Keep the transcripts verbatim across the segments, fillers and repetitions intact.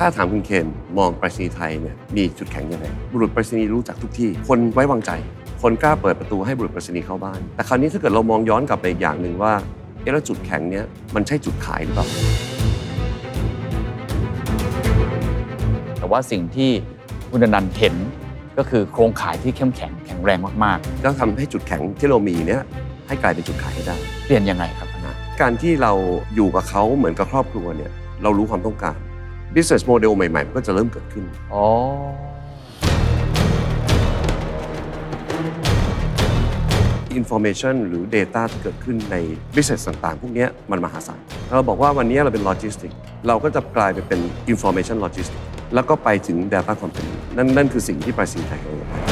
ถ้าถามคุณเคนมองไปรษณีย์ไทยเนี่ยมีจุดแข็งยังไงบุรุษไปรษณีย์รู้จักทุกที่คนไว้วางใจคนกล้าเปิดประตูให้บุรุษไปรษณีย์เข้าบ้านแต่คราวนี้ถ้าเกิดเรามองย้อนกลับไปอีกอย่างนึงว่าเอ๊ะแล้วจุดแข็งเนี้ยมันใช่จุดขายหรือเปล่าแต่ว่าสิ่งที่คุณอนันต์เห็นก็คือโครงข่ายที่เข้มแข็งแข็งแรงมากๆแล้วทำให้จุดแข็งที่เรามีเนี้ยให้กลายเป็นจุดขายให้ได้เปลี่ยนยังไงครับนะการที่เราอยู่กับเขาเหมือนกับครอบครัวเนี่ยเรารู้ความต้องการ business model ใหม่ๆก็จะเริ่มเกิดขึ้นอ๋อ information หรือ data ที่เกิดขึ้นใน business ต่างๆพวกนี้มันมหาศาลเราบอกว่าวันนี้เราเป็น logistics เราก็จะกลายไปเป็น information logistics แล้วก็ไปถึง data company นั่นนั่นคือสิ่งที่ไปรษณีย์ไทยเราไป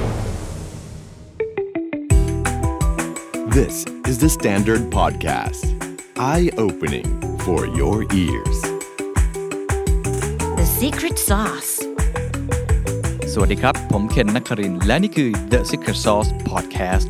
This is the Standard Podcast Eye-opening for your ears The Secret Sauce สวัสดีครับผมเคนนักครินทร์และนี่คือ The Secret Sauce Podcast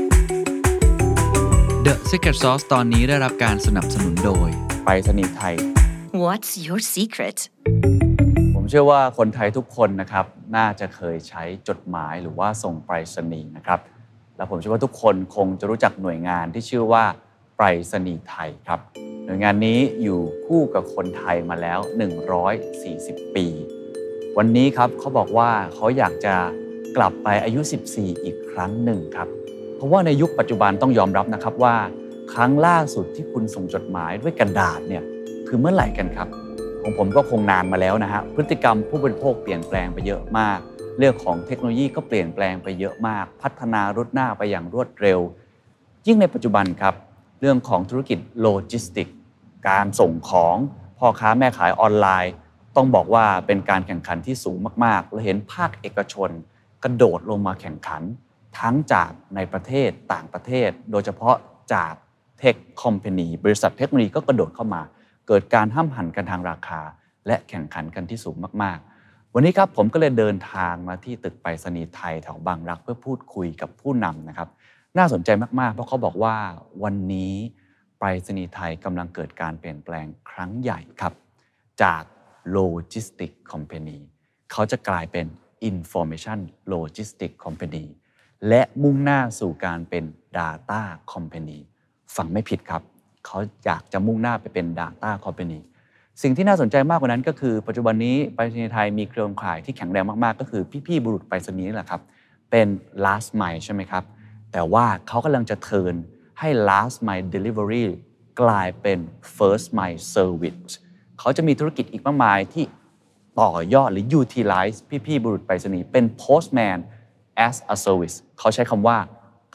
The Secret Sauce ตอนนี้ได้รับการสนับสนุนโดยไปรษณีย์ไทย What's your secret ผมเชื่อว่าคนไทยทุกคนนะครับน่าจะเคยใช้จดหมายหรือว่าส่งไปรษณีย์นะครับและผมเชื่อว่าทุกคนคงจะรู้จักหน่วยงานที่ชื่อว่าไปรษณีย์ไทยครับหน่วยงานนี้อยู่คู่กับคนไทยมาแล้วหนึ่งร้อยสี่สิบปีวันนี้ครับเขาบอกว่าเขาอยากจะกลับไปอายุสิบสี่อีกครั้งหนึ่งครับเพราะว่าในยุคปัจจุบันต้องยอมรับนะครับว่าครั้งล่าสุดที่คุณส่งจดหมายด้วยกระดาษเนี่ยคือเมื่อไหร่กันครับของผมก็คงนานมาแล้วนะฮะพฤติกรรมผู้บริโภคเปลี่ยนแปลงไปเยอะมากเรื่องของเทคโนโลยีก็เปลี่ยนแปลงไปเยอะมากพัฒนารุดหน้าไปอย่างรวดเร็วยิ่งในปัจจุบันครับเรื่องของธุรกิจโลจิสติกการส่งของพ่อค้าแม่ขายออนไลน์ต้องบอกว่าเป็นการแข่งขันที่สูงมากๆเราเห็นภาคเอกชนกระโดดลงมาแข่งขันทั้งจากในประเทศต่างประเทศโดยเฉพาะจากเทคคอมพานีบริษัทเทคโนโลยีก็กระโดดเข้ามาเกิดการห้ามหันกันทางราคาและแข่งขันกันที่สูงมากๆวันนี้ครับผมก็เลยเดินทางมาที่ตึกไปรษณีย์ไทยแถวบางรักเพื่อพูดคุยกับผู้นำนะครับน่าสนใจมากๆเพราะเขาบอกว่าวันนี้ไปรษณีย์ไทยกำลังเกิดการเปลี่ยนแปลงครั้งใหญ่ครับจากโลจิสติกคอมพานีเขาจะกลายเป็น Information Logistics Company และมุ่งหน้าสู่การเป็น Data Company ฟังไม่ผิดครับเขาอยากจะมุ่งหน้าไปเป็น Data Company สิ่งที่น่าสนใจมากกว่านั้นก็คือปัจจุบันนี้ไปรษณีย์ไทยมีเครือข่ายที่แข็งแรงมากๆก็คือพี่ๆบุรุษไปรษณีย์นี่แหละครับเป็น last mile ใช่ไหมครับแต่ว่าเขากำลังจะเทิร์นให้ last mile delivery กลายเป็น first mile service เขาจะมีธุรกิจอีกมากมายที่ต่อยอดหรือ utilize พี่ๆบุรุษไปรษณีย์เป็น postman as a service เขาใช้คำว่า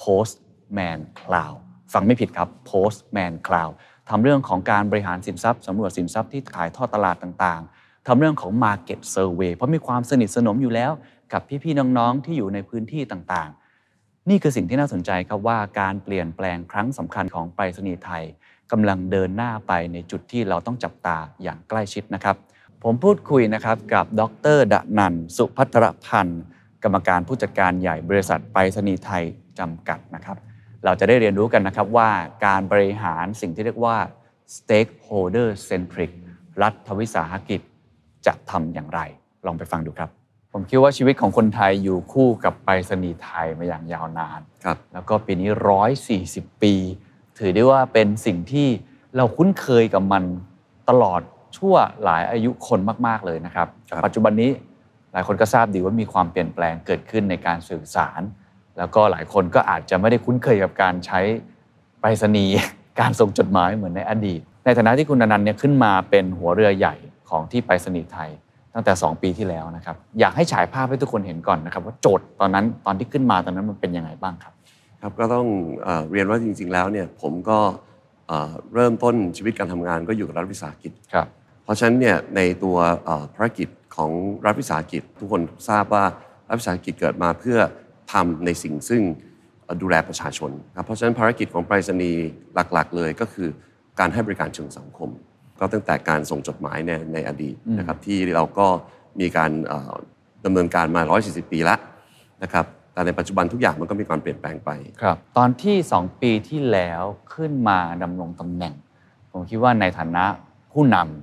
postman cloud ฟังไม่ผิดครับ postman cloud ทำเรื่องของการบริหารสินทรัพย์สำรวจสินทรัพย์ที่ขายทอดตลาดต่างๆทำเรื่องของ market survey เพราะมีความสนิทสนมอยู่แล้วกับพี่ๆน้องๆที่อยู่ในพื้นที่ต่างๆนี่คือสิ่งที่น่าสนใจครับว่าการเปลี่ยนแปลงครั้งสำคัญของไปรษณีย์ไทยกำลังเดินหน้าไปในจุดที่เราต้องจับตาอย่างใกล้ชิดนะครับผมพูดคุยนะครับกับดร.ดนันท์ สุภัทรพันธ์กรรมการผู้จัดการใหญ่บริษัทไปรษณีย์ไทยจำกัดนะครับเราจะได้เรียนรู้กันนะครับว่าการบริหารสิ่งที่เรียกว่า stakeholder centric รัฐวิสาหกิจจะทำอย่างไรลองไปฟังดูครับผมคิดว่าชีวิตของคนไทยอยู่คู่กับไปรษณีย์ไทยมาอย่างยาวนานครับแล้วก็ปีนี้หนึ่งร้อยสี่สิบปีถือได้ว่าเป็นสิ่งที่เราคุ้นเคยกับมันตลอดชั่วหลายอายุคนมากๆเลยนะครับปัจจุบันนี้หลายคนก็ทราบดีว่ามีความเปลี่ยนแปลงเกิดขึ้นในการสื่อสารแล้วก็หลายคนก็อาจจะไม่ได้คุ้นเคยกับการใช้ไปรษณีย์การส่งจดหมายเหมือนในอดีตในฐานะที่คุณอนันต์เนี่ยขึ้นมาเป็นหัวเรือใหญ่ของที่ไปรษณีย์ไทยตั้งแต่สองปีที่แล้วนะครับอยากให้ฉายภาพให้ทุกคนเห็นก่อนนะครับว่าโจทย์ตอนนั้นตอนที่ขึ้นมาตอนนั้นมันเป็นยังไงบ้างครับครับก็ต้องเอ่อเรียนว่าจริงๆแล้วเนี่ยผมก็เอ่อเริ่มต้นชีวิตการทำงานก็อยู่กับรัฐวิสาหกิจครับเพราะฉะนั้นเนี่ยในตัวภารกิจของรัฐวิสาหกิจทุกคนทราบว่ารัฐวิสาหกิจเกิดมาเพื่อทำในสิ่งซึ่งดูแลประชาชนครับเพราะฉะนั้นภารกิจของไปรษณีย์หลักๆเลยก็คือการให้บริการเชิงสังคมก็ตั้งแต่การส่งจดหมายในในอดีตนะครับที่เราก็มีการดำเนินการมาหนึ่งร้อยสี่สิบปีแล้วนะครับแต่ในปัจจุบันทุกอย่างมันก็มีการเปลี่ยนแปลงไปครับตอนที่สองปีที่แล้วขึ้นมาดำรงตำแหน่งผมคิดว่าในฐานะผู้นำ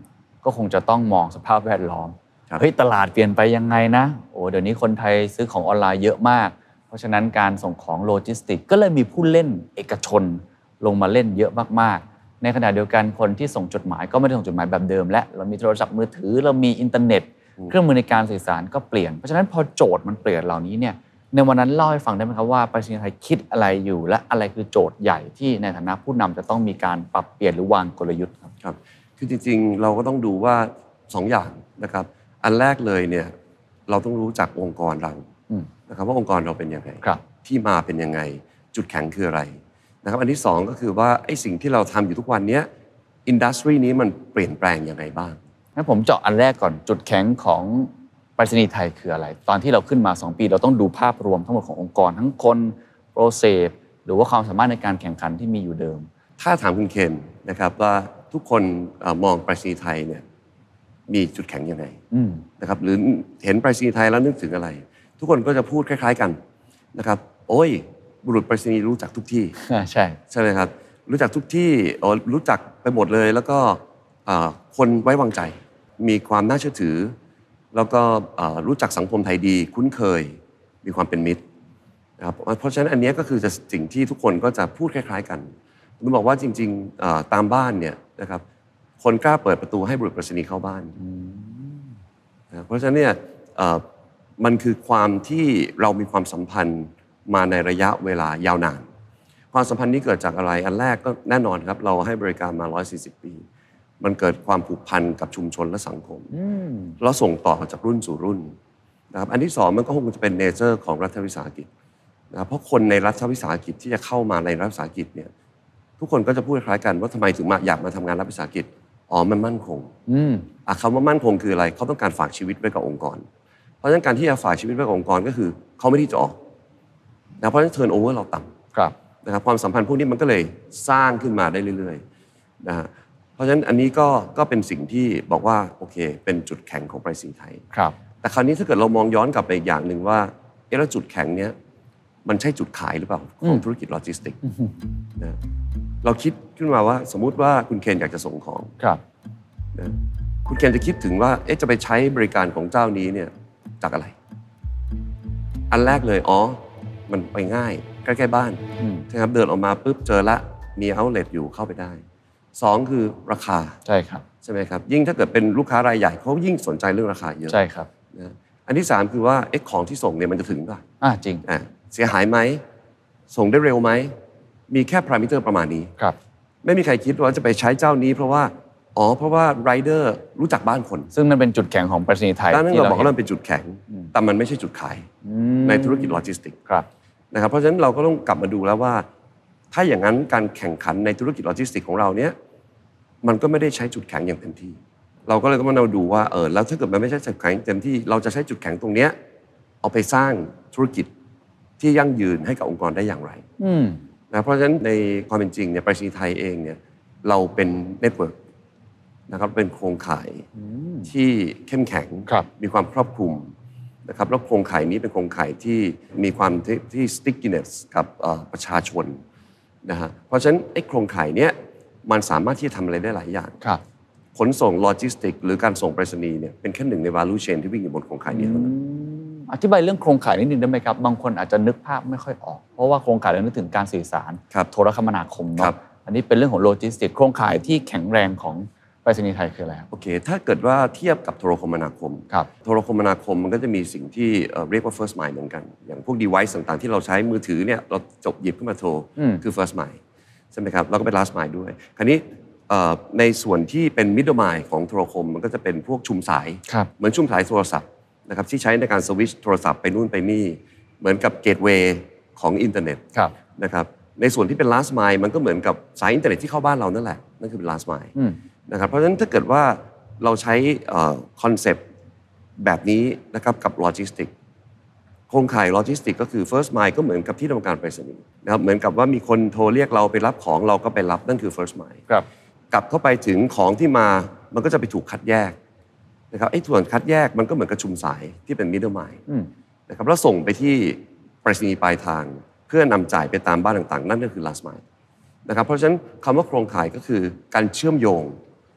ก็คงจะต้องมองสภาพแวดล้อมครับเฮ้ยตลาดเปลี่ยนไปยังไงนะโอ้เดี๋ยวนี้คนไทยซื้อของออนไลน์เยอะมากเพราะฉะนั้นการส่งของโลจิสติกก็เลยมีผู้เล่นเอกชนลงมาเล่นเยอะมากๆในขณะเดียวกันคนที่ส่งจดหมายก็ไม่ได้ส่งจดหมายแบบเดิมและเรามีโทรศัพท์มือถือเรามีอินเทอร์เน็ตเครื่องมือในการสื่อสารก็เปลี่ยนเพราะฉะนั้นพอโจทย์มันเปลี่ยนเหล่านี้เนี่ยในวันนั้นเล่าให้ฟังได้ไหมครับว่าไปรษณีย์ไทยคิดอะไรอยู่และอะไรคือโจทย์ใหญ่ที่ในฐานะผู้นำจะต้องมีการปรับเปลี่ยนหรือวางกลยุทธ์ครับครับคือจริงๆเราก็ต้องดูว่าสองอย่างนะครับอันแรกเลยเนี่ยเราต้องรู้จักองค์กรเรานะครับว่าองค์กรเราเป็นยังไงที่มาเป็นยังไงจุดแข็งคืออะไรนะครับอันที่สองก็คือว่าไอ้สิ่งที่เราทำอยู่ทุกวันนี้อินดัสทรีนี้มันเปลี่ยนแปลงยังไงบ้างงั้นผมเจาะอันแรกก่อนจุดแข็งของไปรษณีย์ไทยคืออะไรตอนที่เราขึ้นมาสองปีเราต้องดูภาพรวมทั้งหมดขององค์กรทั้งคนโปรเซสหรือว่าความสามารถในการแข่งขันที่มีอยู่เดิมถ้าถามคุณเคนนะครับว่าทุกคนมองไปรษณีย์ไทยเนี่ยมีจุดแข็งยังไงนะครับหรือเห็นไปรษณีย์ไทยแล้วนึกถึงอะไรทุกคนก็จะพูดคล้ายๆกันนะครับโอ้ยบุรุษไปรษณีย์รู้จักทุกที่ใช่ใช่ไหมครับรู้จักทุกที่รู้จักไปหมดเลยแล้วก็คนไว้วางใจมีความน่าเชื่อถือแล้วก็รู้จักสังคมไทยดีคุ้นเคยมีความเป็นมิตรนะครับเพราะฉะนั้นอันนี้ก็คือจะสิ่งที่ทุกคนก็จะพูดคล้ายๆกันผมบอกว่าจริงๆตามบ้านเนี่ยนะครับคนกล้าเปิดประตูให้บุรุษไปรษณีย์เข้าบ้านนะเพราะฉะนั้นเนี่ยมันคือความที่เรามีความสัมพันธ์มาในระยะเวลายาวนานความสัมพันธ์นี้เกิดจากอะไรอันแรกก็แน่นอนครับเราให้บริการมาหนึ่งร้อยสี่สิบปีมันเกิดความผูกพันกับชุมชนและสังคมแล้วส่งต่อจากรุ่นสู่รุ่นนะครับอันที่สองมันก็คงจะเป็นเนเจอร์ของรัฐวิสาหกิจนะครับเพราะคนในรัฐวิสาหกิจที่จะเข้ามาในรัฐวิสาหกิจเนี่ยทุกคนก็จะพูดคล้ายกันว่าทำไมถึงมาอยากมาทำงานรัฐวิสาหกิจอ๋อมันมั่นคงอ่ะคำว่ามั่นคงคืออะไรเขาต้องการฝากชีวิตไว้กับองค์กรเพราะฉะนั้นการที่จะฝากชีวิตไว้กับองค์กรก็คือเขาไม่ที่จะออกนะเพราะฉะนั้นเทิร์นโอเวอร์เราต่ำนะครับความสัมพันธ์พวกนี้มันก็เลยสร้างขึ้นมาได้เรื่อยๆนะฮะเพราะฉะนั้นอันนี้ก็ก็เป็นสิ่งที่บอกว่าโอเคเป็นจุดแข็งของไปรษณีย์ไทยแต่คราวนี้ถ้าเกิดเรามองย้อนกลับไปอีกอย่างหนึ่งว่าเอ๊ะแล้วจุดแข็งเนี้ยมันใช่จุดขายหรือเปล่าของธุรกิจโลจิสติกส์นะเราคิดขึ้นมาว่าสมมุติว่าคุณเคนอยากจะส่งของนะคุณเคนจะคิดถึงว่าเอ๊ะจะไปใช้บริการของเจ้านี้เนี่ยจากอะไรอันแรกเลยอ๋อมันไปง่ายใกล้ๆบ้านนะครับเดินออกมาปุ๊บเจอละมีเอาท์เลทอยู่เข้าไปได้สองคือราคาใช่ครับใช่ไหมครับยิ่งถ้าเกิดเป็นลูกค้ารายใหญ่เขายิ่งสนใจเรื่องราคาเยอะใช่ครับนะอันที่สามคือว่าเอ๊ะของที่ส่งเนี่ยมันจะถึงป่ะอ่าจริงอ่าเสียหายไหมส่งได้เร็วไหมมีแค่พารามิเตอร์ประมาณนี้ครับไม่มีใครคิดว่าจะไปใช้เจ้านี้เพราะว่าอ๋อเพราะว่าไรเดอร์รู้จักบ้านคนซึ่งมันเป็นจุดแข็งของไปรษณีย์ไทยที่เราบอกว่ามันเป็นจุดแข็งแต่มันไม่ใช่จุดขายในธุรกิจโลจิสติกส์นะครับเพราะฉะนั้นเราก็ต้องกลับมาดูแล้วว่าถ้าอย่างนั้นการแข่งขันในธุรกิจโลจิสติกส์ของเราเนี้ยมันก็ไม่ได้ใช้จุดแข็งอย่างเต็มที่เราก็เลยต้องมาดูว่าเออแล้วถ้าเกิดมันไม่ใช่จุดแข็งเต็มที่เราจะใช้จุดแข็งตรงเนี้ยเอาไปสร้างธุรกิจที่ยั่งยืนให้กับองค์กรได้อย่างไรนะเพราะฉะนั้นในความเป็นจริงเนี่ยไปรษณีย์ไทยเองเนี่ยเราเป็นเน็ตเวิร์กนะครับเป็นโครงข่ายที่เข้มแข็งมีความครอบคลุมนะครับแล้วโครงข่ายนี้เป็นโครงข่ายที่มีความที่ stickiness กับประชาชนนะฮะเพราะฉะนั้นไอ้โครงข่ายเนี้ยมันสามารถที่จะทำอะไรได้หลายอย่างขนส่งโลจิสติกหรือการส่งไปรษณีย์เนี่ยเป็นแค่หนึ่งใน value chain ที่วิ่งอยู่บนโครงข่ายนี้เท่านั้นอธิบายเรื่องโครงข่ายนิดนึงได้ไหมครับบางคนอาจจะนึกภาพไม่ค่อยออกเพราะว่าโครงข่ายเรานึกถึงการสื่อสารโทรคมนาคมเนาะอันนี้เป็นเรื่องของโลจิสติกโครงข่ายที่แข็งแรงของไปรษณีย์ไทยคืออะไรโอเคถ้าเกิดว่าเทียบกับโทรคมนาคมโทรคมนาคมมันก็จะมีสิ่งที่เรียกว่า first mile เหมือนกันอย่างพวก device ต่างๆที่เราใช้มือถือเนี่ยเราจบหยิบขึ้นมาโทรคือ first mile ใช่ไหมครับแล้วก็เป็น last mile ด้วยคราวนี้ในส่วนที่เป็น middle mile ของโทรคมมันก็จะเป็นพวกชุมสายเหมือนชุมสายโทรศัพท์นะครับที่ใช้ในการสวิตช์โทรศัพท์ไปนู่นไปนี่เหมือนกับเกตเวย์ของอินเทอร์เน็ตนะครับในส่วนที่เป็น last mile มันก็เหมือนกับสายอินเทอร์เน็ตที่เข้าบ้านเรานั่นแหละนั่นคือเป็น last mile นะครับเพราะฉะนั้นถ้าเกิดว่าเราใช้คอนเซปต์แบบนี้นะครับกับโลจิสติกโครงข่ายโลจิสติกก็คือ first mile ก็เหมือนกับที่ทำการไปรษณีย์นะครับเหมือนกับว่ามีคนโทรเรียกเราไปรับของเราก็ไปรับนั่นคือ first mile กลับเข้าไปถึงของที่มามันก็จะไปถูกคัดแยกนะครับไอ้ส่วนคัดแยกมันก็เหมือนกับชุมสายที่เป็น middle mile นะครับแล้วส่งไปที่ไปรษณีย์ปลายทางเพื่อนำจ่ายไปตามบ้านต่างๆนั่นก็คือ last mile นะครับเพราะฉะนั้นคำว่าโครงข่ายก็คือการเชื่อมโยง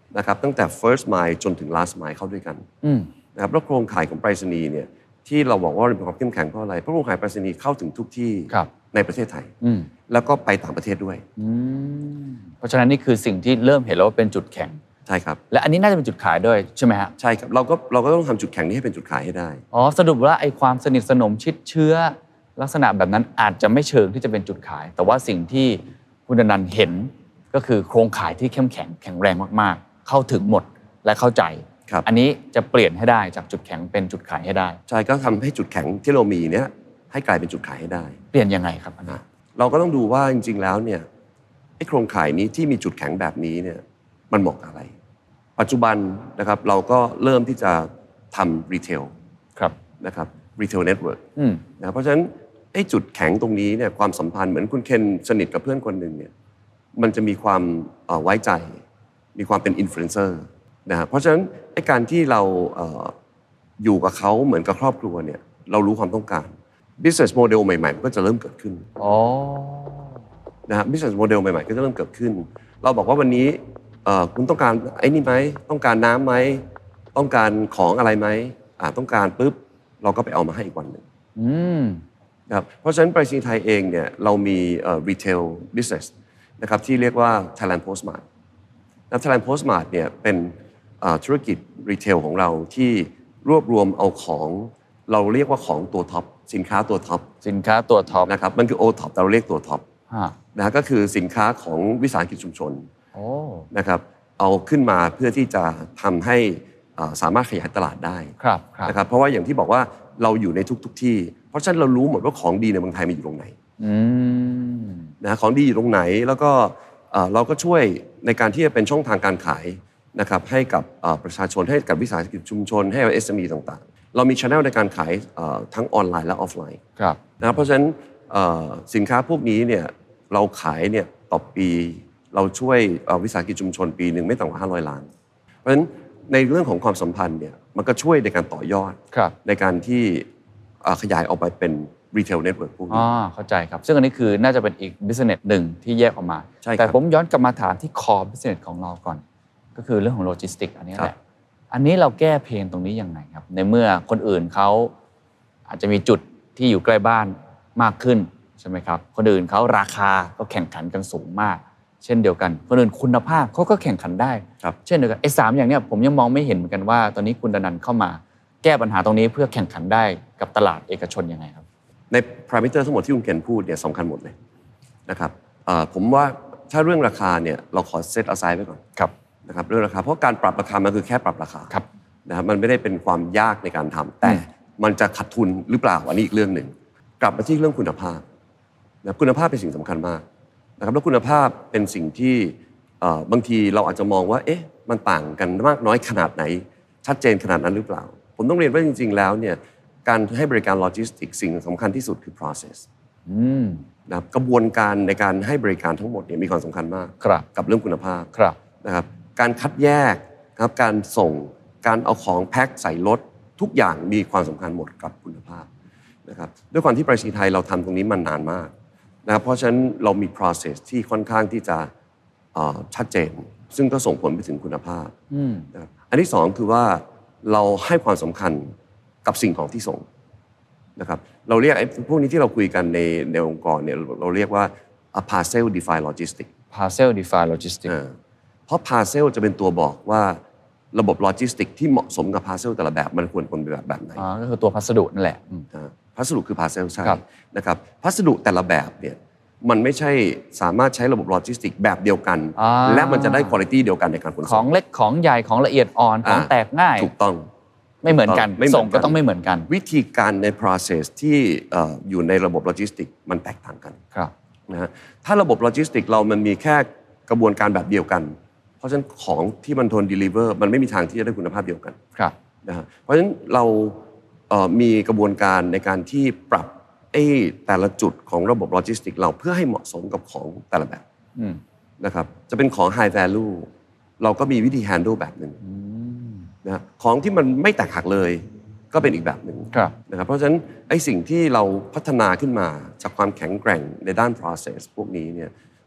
นะครับตั้งแต่ first mile จนถึง last mile เข้าด้วยกันนะครับแล้วโครงข่ายของไปรษณีย์เนี่ยที่เราบอกว่าเราเป็นความเข้มแข็งเพราะอะไรเพราะโครงข่ายไปรษณีย์เข้าถึงทุกที่ในประเทศไทยแล้วก็ไปต่างประเทศด้วยเพราะฉะนั้นนี่คือสิ่งที่เริ่มเห็นแล้วว่าเป็นจุดแข็งใช่ครับและอันนี้น่าจะเป็นจุดขายด้วยใช่ไหมฮะใช่ครับเราก็เราก็ต้องทำจุดแข็งนี้ให้เป็นจุดขายให้ได้อ๋อสรุปว่าไอ้ความสนิทสนมชิดเชื้อลักษณะแบบนั้นอาจจะไม่เชิงที่จะเป็นจุดขายแต่ว่าสิ่งที่คุณอนันต์เห็นก็คือโครงข่ายที่เข้มแข็งแข็งแรงมากๆเข้าถึงหมดและเข้าใจอันนี้จะเปลี่ยนให้ได้จากจุดแข็งเป็นจุดขายให้ได้ใช่ก็ทำให้จุดแข็งที่เรามีเนี่ยให้กลายเป็นจุดขายให้ได้เปลี่ยนยังไงครับอันนี้เราก็ต้องดูว่าจริงๆแล้วเนี่ยไอ้โครงข่ายนี้ที่มีจุดแข็งแบบนี้เนี่ยมันเหมาะกับอะไรปัจจุบันนะครับเราก็เริ่มที่จะทำรีเทลนะครับรีเทลเน็ตเวิร์กนะเพราะฉะนั้นไอ้จุดแข็งตรงนี้เนี่ยความสัมพันธ์เหมือนคุณเคนสนิทกับเพื่อนคนหนึ่งเนี่ยมันจะมีความไว้ใจมีความเป็นอินฟลูเอนเซอร์นะเพราะฉะนั้นไอ้การที่เราอยู่กับเขาเหมือนกับครอบครัวเนี่ยเรารู้ความต้องการ business model ใหม่ๆมันก็จะเริ่มเกิดขึ้นอ๋อนะฮะ business model ใหม่ๆก็จะเริ่มเกิดขึ้นเราบอกว่าวันนี้คุณต้องการไอ้นี่ไหมต้องการน้ำไหมต้องการของอะไรไหมอ่าต้องการปุ๊บเราก็ไปเอามาให้อีกวันหนึ่งนะครับเพราะฉะนั้นไปรษณีย์ไทยเองเนี่ยเรามี retail business นะครับที่เรียกว่า Thailand Postmart นะ Thailand Postmart เนี่ยเป็นธุรกิจรีเทลของเราที่รวบรวมเอาของเราเรียกว่าของตัวท็อปสินค้าตัวท็อปสินค้าตัวท็อปนะครับมันคือ โอ ท็อป แต่เราเรียกตัวท็อปนะก็คือสินค้าของวิสาหกิจชุมชนนะครับเอาขึ้นมาเพื่อที่จะทำให้สามารถขยายตลาดได้นะครับเพราะว่าอย่างที่บอกว่าเราอยู่ในทุกๆที่เพราะฉะนั้นเรารู้หมดว่าของดีในเมืองไทยมันอยู่ตรงไหนนะของดีอยู่ตรงไหนแล้วก็เราก็ช่วยในการที่จะเป็นช่องทางการขายนะครับให้กับประชาชนให้กับวิสาหกิจชุมชนให้กับ เอส เอ็ม อี ต่างๆเรามี channel ในการขายทั้งออนไลน์และออฟไลน์นะเพราะฉะนั้นสินค้าพวกนี้เนี่ยเราขายเนี่ยต่อปีเราช่วยวิสาหกิจชุมชนปีหนึ่งไม่ต่ำกว่าห้าร้อยล้านเพราะฉะนั้นในเรื่องของความสัมพันธ์เนี่ยมันก็ช่วยในการต่อยอดในการที่ขยายออกไปเป็นรีเทลเน็ตเวิร์กพวกนี้อ๋อเข้าใจครับซึ่งอันนี้คือน่าจะเป็นอีกบิสเนสหนึ่งที่แยกออกมาแต่ผมย้อนกลับมาถามที่คอบิสเนสของเราก่อนก็คือเรื่องของโลจิสติกอันนี้แหละอันนี้เราแก้เพนตรงนี้ยังไงครับในเมื่อคนอื่นเขาอาจจะมีจุดที่อยู่ใกล้บ้านมากขึ้นใช่ไหมครับคนอื่นเขาราคาก็แข่งขันกันสูงมากเช่นเดียวกันคนอื่นคุณภาพเขาก็แข่งขันได้เช่นเดียวกันไอ้สามอย่างเนี้ยผมยังมองไม่เห็นเหมือนกันว่าตอนนี้คุณอนันต์เข้ามาแก้ปัญหาตรงนี้เพื่อแข่งขันได้กับตลาดเอกชนยังไงครับในพารามิเตอร์ทั้งหมดที่คุณเคนพูดเนี่ยสำคัญหมดเลยนะครับผมว่าถ้าเรื่องราคาเนี่ยเราขอเซตเอาไซด์ไว้ก่อนนะครับเรื่องราคาเพราะการปรับราคามันคือแค่ปรับราคานะครับมันไม่ได้เป็นความยากในการทำแต่มันจะขาดทุนหรือเปล่าอันนี้อีกเรื่องหนึ่งกลับมาที่เรื่องคุณภาพนะคุณภาพเป็นสิ่งสำคัญมากนะครับแล้วคุณภาพเป็นสิ่งที่บางทีเราอาจจะมองว่าเอ๊ะมันต่างกันมากน้อยขนาดไหนชัดเจนขนาดนั้นหรือเปล่าผมต้องเรียนว่าจริงๆแล้วเนี่ยการให้บริการโลจิสติกสิ่งสำคัญที่สุดคือ process นะครับกระบวนการในการให้บริการทั้งหมดเนี่ยมีความสำคัญมากกับเรื่องคุณภาพนะครับการคัดแยกนะครับการส่งการเอาของแพ็คใส่รถทุกอย่างมีความสำคัญหมดกับคุณภาพนะครับด้วยความที่ไปรษณีย์ไทยเราทำตรงนี้มานานมากนะครับเพราะฉะนั้นเรามี process ที่ค่อนข้างที่จะชัดเจนซึ่งก็ส่งผลไปถึงคุณภาพนะครับอันที่สองคือว่าเราให้ความสำคัญกับสิ่งของที่ส่งนะครับเราเรียกไอ้พวกนี้ที่เราคุยกันในในองค์กรเนี่ยเราเรียกว่า parcel defined logistics parcel defined logistics เพราะ parcel จะเป็นตัวบอกว่าระบบโลจิสติกที่เหมาะสมกับ parcel แต่ละแบบมันควรเป็นแบบแบบไหนอ๋อก็คือตัวพัสดุนั่นแหละพัสดุคือ parcel ใช่นะครับพัสดุแต่ละแบบเนี่ยมันไม่ใช่สามารถใช้ระบบโลจิสติกแบบเดียวกันและมันจะได้คุณภาพเดียวกันในการขนส่งของเล็กของใหญ่ของละเอียดอ่อนของแตกง่ายถูกต้องไม่เหมือนกันส่งก็ต้องไม่เหมือนกันวิธีการใน process ที่อยู่ในระบบโลจิสติกมันแตกต่างกันนะฮะถ้าระบบโลจิสติกเรามันมีแค่กระบวนการแบบเดียวกันเพราะฉะนั้นของที่มันทน deliver มันไม่มีทางที่จะได้คุณภาพเดียวกันนะฮะเพราะฉะนั้นเรามีกระบวนการในการที่ปรับไอ้แต่ละจุดของระบบโลจิสติกเราเพื่อให้เหมาะสมกับของแต่ละแบบนะครับจะเป็นของ high value เราก็มีวิธี handle แบบหนึ่งนะของที่มันไม่แตกหักเลยก็เป็นอีกแบบหนึ่งนะครับเพราะฉะนั้นไอ้สิ่งที่เราพัฒนาขึ้นมาจากความแข็งแกร่งในด้าน process พวกนี้เนี่ย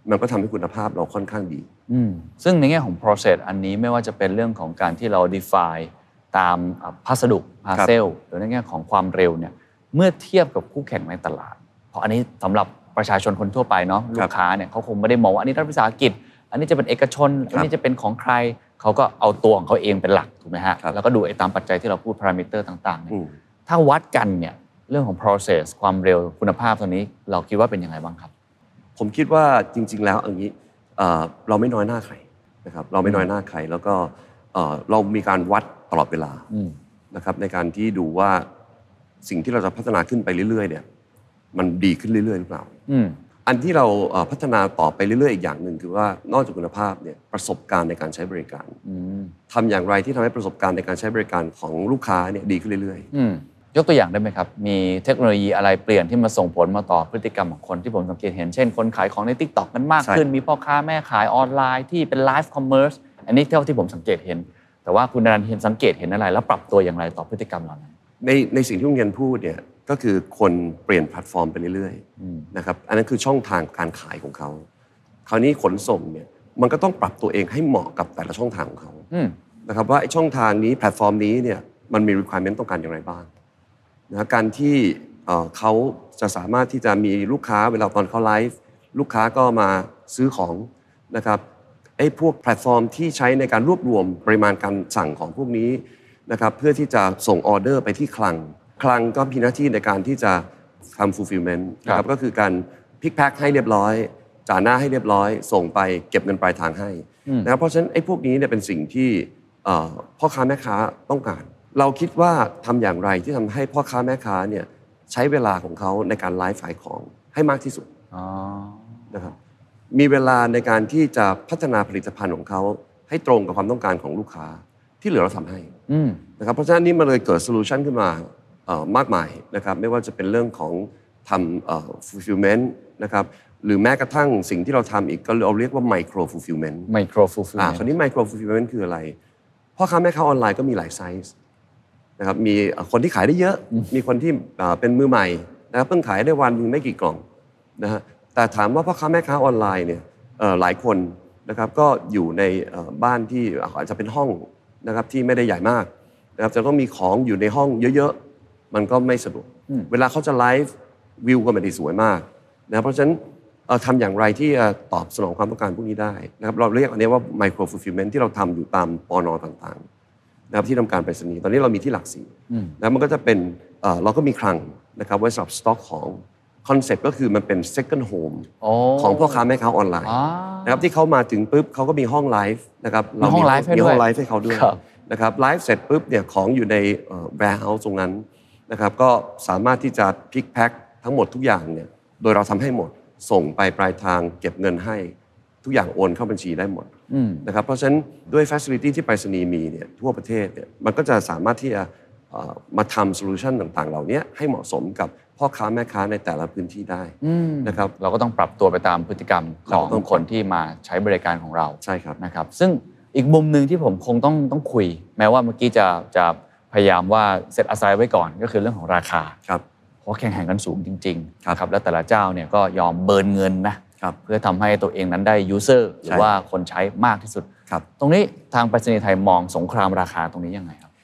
มันก็ทำให้คุณภาพเราค่อนข้างดีอืมซึ่งในแง่ของ process อันนี้ไม่ว่าจะเป็นเรื่องของการที่เรา define ตามพัสดุ parcel หรือในแง่ของความเร็วเนี่ยเมื่อเทียบกับคู่แข่งในตลาดเพราะอันนี้สำหรับประชาชนคนทั่วไปเนาะลูกค้าเนี่ยเขาคงไม่ได้มองว่าอันนี้รัฐวิสาหกิจอันนี้จะเป็นเอกชนอันนี้จะเป็นของใครเขาก็เอาตัวของเขาเองเป็นหลักถูกไหมฮะแล้วก็ดูไอ้ตามปัจจัยที่เราพูด parameter ต่างๆเนี่ยถ้าวัดกันเนี่ยเรื่องของ process ความเร็วคุณภาพตัวนี้เราคิดว่าเป็นยังไงบ้างครับผมคิดว่าจริงๆแล้วอย่างนี้เราไม่น้อยหน้าใครนะครับเราไม่น้อยหน้าใครแล้วก็เรามีการวัดตลอดเวลานะครับในการที่ดูว่าสิ่งที่เราจะพัฒนาขึ้นไปเรื่อยๆเนี่ยมันดีขึ้นเรื่อยๆหรือเปล่าอันที่เราพัฒนาต่อไปเรื่อยๆอีกอย่างหนึ่งคือว่านอกจากคุณภาพเนี่ยประสบการณ์ในการใช้บริการทำอย่างไรที่ทำให้ประสบการณ์ในการใช้บริการของลูกค้าเนี่ยดีขึ้นเรื่อยๆยกตัวอย่างได้ไหมครับมีเทคโนโลยีอะไรเปลี่ยนที่มาส่งผลมาต่อพฤติกรรมของคนที่ผมสังเกตเห็นเช่นคนขายของใน TikTok กันมากขึ้นมีพ่อค้าแม่ขายออนไลน์ที่เป็นไลฟ์คอมเมอร์สอันนี้เท่าที่ผมสังเกตเห็นแต่ว่าคุณนันท์เห็นสังเกตเห็นอะไรแล้วปรับตัวอย่างไรต่อพฤติกรรมเหล่านั้นในในสิ่งที่คุณเงินพูดเนี่ยก็คือคนเปลี่ยนแพลตฟอร์มไปเรื่อยๆนะครับอันนั้นคือช่องทางการขายของเขาคราวนี้ขนส่งเนี่ยมันก็ต้องปรับตัวเองให้เหมาะกับแต่ละช่องทางของเขานะครับว่าไอ้ช่องทางนี้แพลตฟอร์มนี้เนี่ยมันมี requirement ต้องการอย่างไรบ้างนะการที่เขาจะสามารถที่จะมีลูกค้าเวลาตอนเขาไลฟ์ลูกค้าก็มาซื้อของนะครับไอ้พวกแพลตฟอร์มที่ใช้ในการรวบรวมปริมาณการสั่งของพวกนี้นะครับเพื่อที่จะส่งออเดอร์ไปที่คลังคลังก็มีหน้าที่ในการที่จะทำ fulfillment นะครับก็คือการพิกแพ็คให้เรียบร้อยจ่าหน้าให้เรียบร้อยส่งไปเก็บเงินปลายทางให้นะครับเพราะฉะนั้นไอ้พวกนี้เนี่ยเป็นสิ่งที่พ่อค้าแม่ค้าต้องการเราคิดว่าทำอย่างไรที่ทำให้พ่อค้าแม่ค้าเนี่ยใช้เวลาของเขาในการไลฟ์ขายของให้มากที่สุดนะครับมีเวลาในการที่จะพัฒนาผลิตภัณฑ์ของเขาให้ตรงกับความต้องการของลูกค้าที่เหลือเราทำให้นะครับเพราะฉะนั้นนี่มันเลยเกิดโซลูชันขึ้นมามากมายนะครับไม่ว่าจะเป็นเรื่องของทำ fulfillment นะครับหรือแม้กระทั่งสิ่งที่เราทำอีกก็เราเรียกว่า micro fulfillment micro fulfillment คราวนี้ micro fulfillment คืออะไรพ่อค้าแม่ค้าออนไลน์ก็มีหลายไซส์นะครับมีคนที่ขายได้เยอะมีคนที่เป็นมือใหม่นะครับเพิ่งขายได้วันนึงไม่กี่กล่องนะฮะแต่ถามว่าพ่อค้าแม่ค้าออนไลน์เนี่ยหลายคนนะครับก็อยู่ในบ้านที่อาจจะเป็นห้องนะครับที่ไม่ได้ใหญ่มากนะครับจะต้องมีของอยู่ในห้องเยอะๆมันก็ไม่สะดวกเวลาเขาจะไลฟ์วิวก็ไม่ได้สวยมากนะเพราะฉะนั้นทำอย่างไรที่จะตอบสนองความต้องการพวกนี้ได้นะครับเราเรียกอันนี้ว่า micro fulfillment ที่เราทำอยู่ตามปน.ต่างๆนะครับที่ทำการไปรษณีย์ตอนนี้เรามีที่หลักสี่แล้วมันก็จะเป็นเราก็มีคลังนะครับไว้สำหรับสต็อกของคอนเซ็ปต์ก็คือมันเป็น second home ของพ่อค้าแม่ค้าออนไลน์นะครับที่เขามาถึงปุ๊บเขาก็มีห้องไลฟ์นะครับเรามีห้องไลฟ์ให้ด้วยมีห้องไลฟ์ให้เขาด้วยนะครับไลฟ์เสร็จปุ๊บเนี่ยของอยู่ใน warehouse ตรงนั้นนะครับก็สามารถที่จะพิกแพ็คทั้งหมดทุกอย่างเนี่ยโดยเราทำให้หมดส่งไปปลายทางเก็บเงินให้ทุกอย่างโอนเข้าบัญชีได้หมดนะครับเพราะฉะนั้นด้วย facility ที่ไปรษณีย์มีเนี่ยทั่วประเทศเนี่ยมันก็จะสามารถที่จะมาทำโซลูชันต่างๆเหล่านี้ให้เหมาะสมกับพ่อค้าแม่ค้าในแต่ละพื้นที่ได้นะครับเราก็ต้องปรับตัวไปตามพฤติกรรมของคนที่มาใช้บริการของเราใช่ครับนะครับซึ่งอีกมุมนึงที่ผมคงต้องต้องคุยแม้ว่าเมื่อกี้จะจะพยายามว่าเซตอะไซด์ไว้ก่อนก็คือเรื่องของราคาครับเพราะแข่งขันกันสูงจริงๆครับแล้วแต่ละเจ้าเนี่ยก็ยอมเบิร์นเงินนะเพื่อทำให้ตัวเองนั้นได้ยูเซอร์หรือว่าคนใช้มากที่สุดตรงนี้ทางไปรษณีย์ไทยมองสงครามราคาตรงนี้ยังไงครับ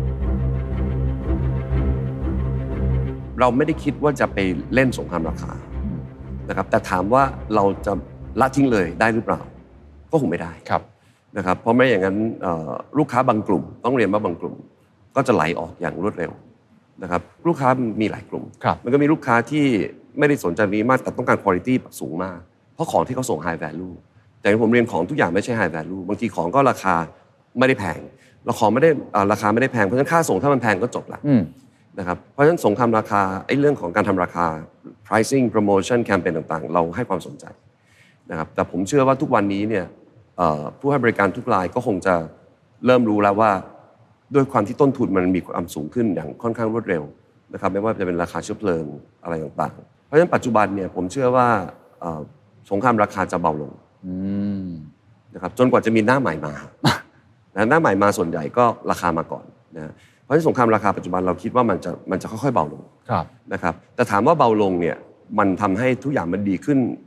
เราไม่ได้คิดว่าจะไปเล่นสงครามราคานะครับแต่ถามว่าเราจะละทิ้งเลยได้หรือเปล่าก็คงไม่ได้นะครับเพราะไม่อย่างนั้นลูกค้าบางกลุ่มต้องเรียนว่าบางกลุ่มก็จะไหลออกอย่างรวดเร็วนะครับลูกค้ามีหลายกลุ่มมันก็มีลูกค้าที่ไม่ได้สนใจนี้มากแต่ต้องการ quality สูงมากเพราะของที่เขาส่ง high value แต่ผมเรียนของทุกอย่างไม่ใช่ high value บางทีของก็ราคาไม่ได้แพงเราของไม่ได้ราคาไม่ได้แพงเพราะฉะนั้นค่าส่งถ้ามันแพงก็จบละนะครับเพราะฉะนั้นสงครามราคาไอ้เรื่องของการทำราคา pricing promotion campaign ต่างๆเราให้ความสนใจนะครับแต่ผมเชื่อว่าทุกวันนี้เนี่ยผู้ให้บริการทุกรายก็คงจะเริ่มรู้แล้วว่าด้วยความที่ต้นทุนมันมีความสูงขึ้นอย่างค่อนข้างรวดเร็วนะครับไม่ว่าจะเป็นราคาเชื้อเพลิงอะไรต่างๆเพราะฉะนั้นปัจจุบันเนี่ยผมเชื่อว่าสงครามราคาจะเบาลงนะครับจนกว่าจะมีหน้าใหม่มานะหน้าใหม่มาส่วนใหญ่ก็ราคามาก่อนนะเพราะฉะนั้นสงครามราคาปัจจุบันเราคิดว่ามันจะมันจะค่อยๆเบาลงนะครับแต่ถามว่าเบาลงเนี่ยมันทำให้ทุกอย่างมันดีขึ้น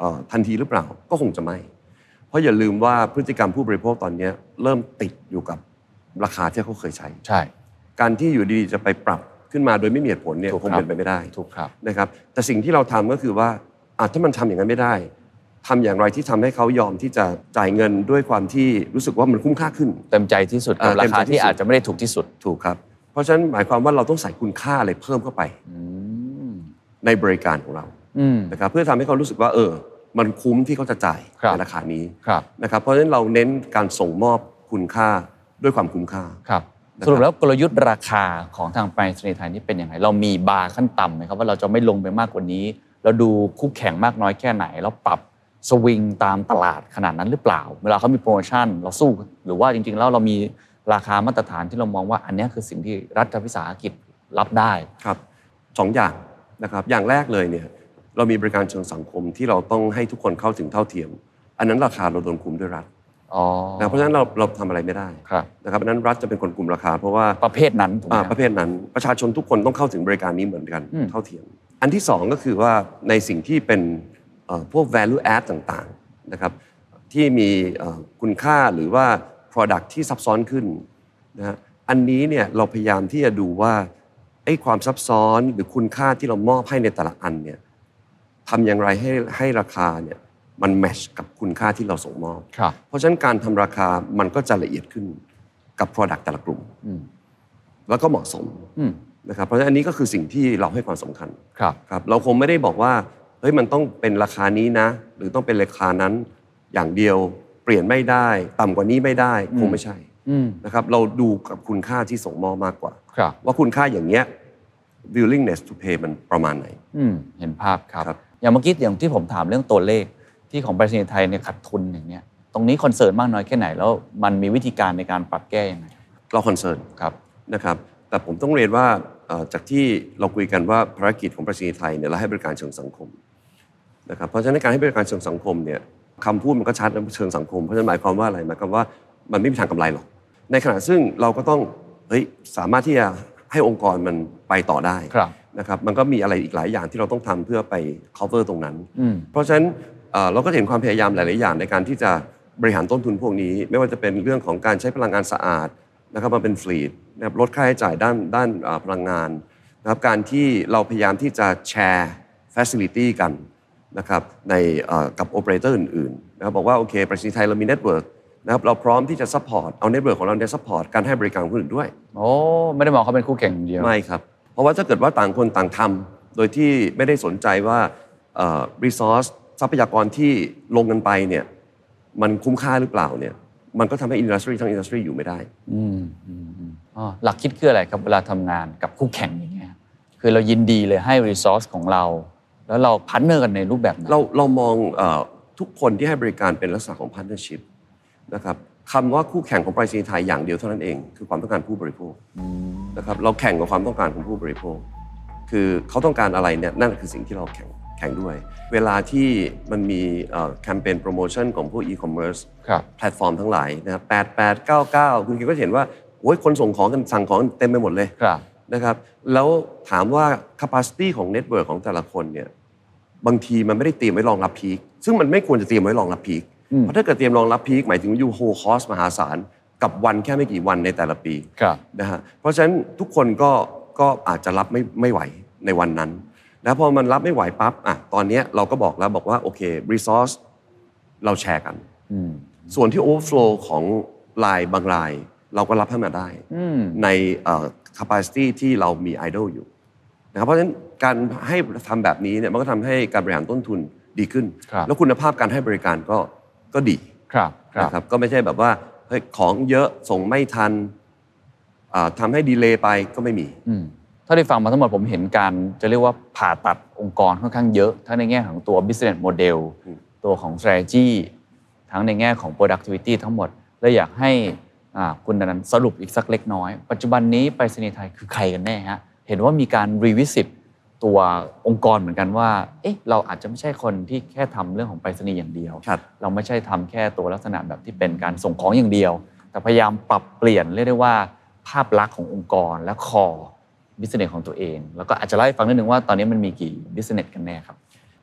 เอ่อทันทีหรือเปล่าก็คงจะไม่เพราะอย่าลืมว่าพฤติกรรมผู้บริโภคตอนนี้เริ่มติดอยู่กับราคาที่เขาเคยใช้ใช่การที่อยู่ดีๆจะไปปรับขึ้นมาโดยไม่มีเหตุผลเนี่ยคงเป็นไปไม่ได้ถูกครับนะครับแต่สิ่งที่เราทำก็คือว่าอ่ะถ้ามันทำอย่างนั้นไม่ได้ทำอย่างไรที่ทำให้เขายอมที่จะจ่ายเงินด้วยความที่รู้สึกว่ามันคุ้มค่าขึ้นเต็มใจที่สุดกับราคาที่อาจจะไม่ได้ถูกที่สุดถูกครับเพราะฉะนั้นหมายความว่าเราต้องใส่คุณค่าอะไรเพิ่มเข้าไปในบริการของเรานะครับเพื่อทำให้เขารู้สึกว่าเออมันคุ้มที่เขาจะจ่ายในราคานี้นะครับเพราะฉะนั้นเราเน้นการส่งมอบคุณค่าด้วยความคุ้มค่าครับสรุปแล้วกลยุทธ์ราคาของทางไปรษณีย์ไทยนี่เป็นยังไงเรามีบาร์ขั้นต่ำไหมครับว่าเราจะไม่ลงไปมากกว่านี้เราดูคู่แข่งมากน้อยแค่ไหนแล้วปรับสวิงตามตลาดขนาดนั้นหรือเปล่าเวลาเขามีโปรโมชั่นเราสู้หรือว่าจริงๆแล้วเรามีราคามาตรฐานที่เรามองว่าอันนี้คือสิ่งที่รัฐวิสาหกิจรับได้ครับสองอย่างนะครับอย่างแรกเลยเนี่ยเรามีบริการเชิงสังคมที่เราต้องให้ทุกคนเข้าถึงเท่าเทียมอันนั้นราคาเราโดนคุมด้วยรัฐนะเพราะฉะนั้นเราเราทำอะไรไม่ได้นะครับอันนั้นรัฐจะเป็นคนคุมราคาเพราะว่าประเภทนั้นถูกไหมประเภทนั้นประชาชนทุกคนต้องเข้าถึงบริการนี้เหมือนกันเท่าเทียมอันที่สองก็คือว่าในสิ่งที่เป็นพวก value add ต่างๆนะครับที่มีคุณค่าหรือว่า product ที่ซับซ้อนขึ้นนะฮะอันนี้เนี่ยเราพยายามที่จะดูว่าไอ้ความซับซ้อนหรือคุณค่าที่เรามอบให้ในแต่ละอันเนี่ยทำอย่างไรให้ให้ราคาเนี่ยมันแมชกับคุณค่าที่เราส่งมอบเพราะฉะนั้นการทำราคามันก็จะละเอียดขึ้นกับ product แต่ละกลุ่มแล้วก็เหมาะสมนะครับเพราะฉะนั้นอันนี้ก็คือสิ่งที่เราให้ความสำคัญครับเราคงไม่ได้บอกว่าเฮ้ยมันต้องเป็นราคานี้นะหรือต้องเป็นราคานั้นอย่างเดียวเปลี่ยนไม่ได้ต่ำกว่านี้ไม่ได้คงไม่ใช่นะครับเราดูกับคุณค่าที่ส่งมอบมากกว่าว่าคุณค่าอย่างเงี้ย willingness to pay มันประมาณไหนเห็นภาพครับอย่างเมื่อกี้อย่างที่ผมถามเรื่องตัวเลขที่ของไปรษณีย์ไทยเนี่ยขาดทุนอย่างเนี้ยตรงนี้คอนเซิร์นมากน้อยแค่ไหนแล้วมันมีวิธีการในการปรับแก้ยังไงเราคอนเซิร์นครับนะครับแต่ผมต้องเรียนว่าจากที่เราคุยกันว่าภารกิจของไปรษณีย์ไทยเนี่ยเราให้บริการเชิงสังคมนะครับเพราะฉะนั้นการให้บริการเชิงสังคมเนี่ยคำพูดมันก็ชัดนะเชิงสังคมเพราะฉะนั้นหมายความว่าอะไรหมายความว่ามันไม่มีทางกำไรหรอกในขณะซึ่งเราก็ต้องเฮ้ยสามารถที่จะให้องค์กรมันไปต่อได้นะครับมันก็มีอะไรอีกหลายอย่างที่เราต้องทำเพื่อไป cover ตรงนั้นเพราะฉะนั้นเราก็เห็นความพยายามหลายๆอย่างในการที่จะบริหารต้นทุนพวกนี้ไม่ว่าจะเป็นเรื่องของการใช้พลังงานสะอาดนะครับมาเป็นฟลีดนะครับลดค่าใช้จ่ายด้านด้านพลังงานนะครับการที่เราพยายามที่จะแชร์ facility กันนะครับในกับโอเปอเรเตอร์อื่นๆนะครับบอกว่าโอเคไปรษณีย์ไทยเรามีเน็ตเวิร์กนะครับเราพร้อมที่จะซัพพอร์ตเอาเน็ตเวิร์กของเราเนี่ยซัพพอร์ตการให้บริการคนอื่นด้วยโอ้ไม่ได้มองเขาเป็นคู่แข่งเดียวไม่ครับเพราะว่าถ้าเกิดว่าต่างคนต่างทำโดยที่ไม่ได้สนใจว่าเอ่อ resource ทรัพยากรที่ลงกันไปเนี่ยมันคุ้มค่าหรือเปล่าเนี่ยมันก็ทำให้อินดัสทรีทั้งอินดัสทรีอยู่ไม่ได้อืมอ๋อหลักคิดคืออะไรครับเวลาทำงานกับคู่แข่งอย่างเงี้ยคือเรายินดีเลยให้ resource ของเราแล้วเราพาร์ทเนอร์กันในรูปแบบไหนเราเรามองเอ่อทุกคนที่ให้บริการเป็นลักษณะของ partnership นะครับคำว่าคู่แข่งของไปรษณีย์ไทยอย่างเดียวเท่านั้นเองคือความต้องการผู้บริโภคนะครับเราแข่งกับความต้องการของผู้บริโภคคือเขาต้องการอะไรเนี่ยนั่นคือสิ่งที่เราแข่งแข่งด้วยเวลาที่มันมีแคมเปญโปรโมชั่นของพวกอีคอมเมิร์ซแพลตฟอร์มทั้งหลายนะครับแปด แปด เก้า เก้าคุณคิดก็เห็นว่าโอ้ยคนส่งของกันสั่งของเต็มไปหมดเลยนะครับแล้วถามว่า capacity ของเน็ตเวิร์กของแต่ละคนเนี่ยบางทีมันไม่ได้เตรียมไว้รองรับพีคซึ่งมันไม่ควรจะเตรียมไว้รองรับพีคเพราะถ้าเกิดเตรียมรองรับพีคหมายถึงยูโฮคอสมหาศาลกับวันแค่ไม่กี่วันในแต่ละปีนะฮะเพราะฉะนั้นทุกคนก็ก็อาจจะรับไม่ไม่ไหวในวันนั้นแล้วพอมันรับไม่ไหวปั๊บอ่ะตอนนี้เราก็บอกแล้วบอกว่าโอเค resource เราแชร์กันส่วนที่ overflow ของรายบางรายเราก็รับให้มาได้ใน capacity ที่เรามี idle อยู่นะครับเพราะฉะนั้นการให้ทำแบบนี้เนี่ยมันก็ทำให้การบริหารต้นทุนดีขึ้นแล้วคุณภาพการให้บริการก็ก็ดีนะครับก็ไม่ใช่แบบว่าเฮ้ยของเยอะส่งไม่ทันทำให้ดีเลย์ไปก็ไม่มีถ้าได้ฟังมาทั้งหมดผมเห็นการจะเรียกว่าผ่าตัดองค์กรค่อนข้างเยอะทั้งในแง่ของตัว business model ตัวของ strategy ทั้งในแง่ของ productivity ทั้งหมดและอยากให้คุณนันสรุปอีกสักเล็กน้อยปัจจุบันนี้ไปรษณีย์ไทยคือใครกันแน่ฮะเห็นว่ามีการ revisit ตัวองค์กรเหมือนกันว่าเอ๊ะเราอาจจะไม่ใช่คนที่แค่ทำเรื่องของไปรษณีย์อย่างเดียวเราไม่ใช่ทำแค่ตัวลักษณะแบบที่เป็นการส่งของอย่างเดียวแต่พยายามปรับเปลี่ยนเรียกได้ว่าภาพลักษณ์ขององค์กรและ core บิสเนสของตัวเองแล้วก็อาจจะเล่าให้ฟังนิดนึงว่าตอนนี้มันมีกี่บิสเนสกันแน่ครับ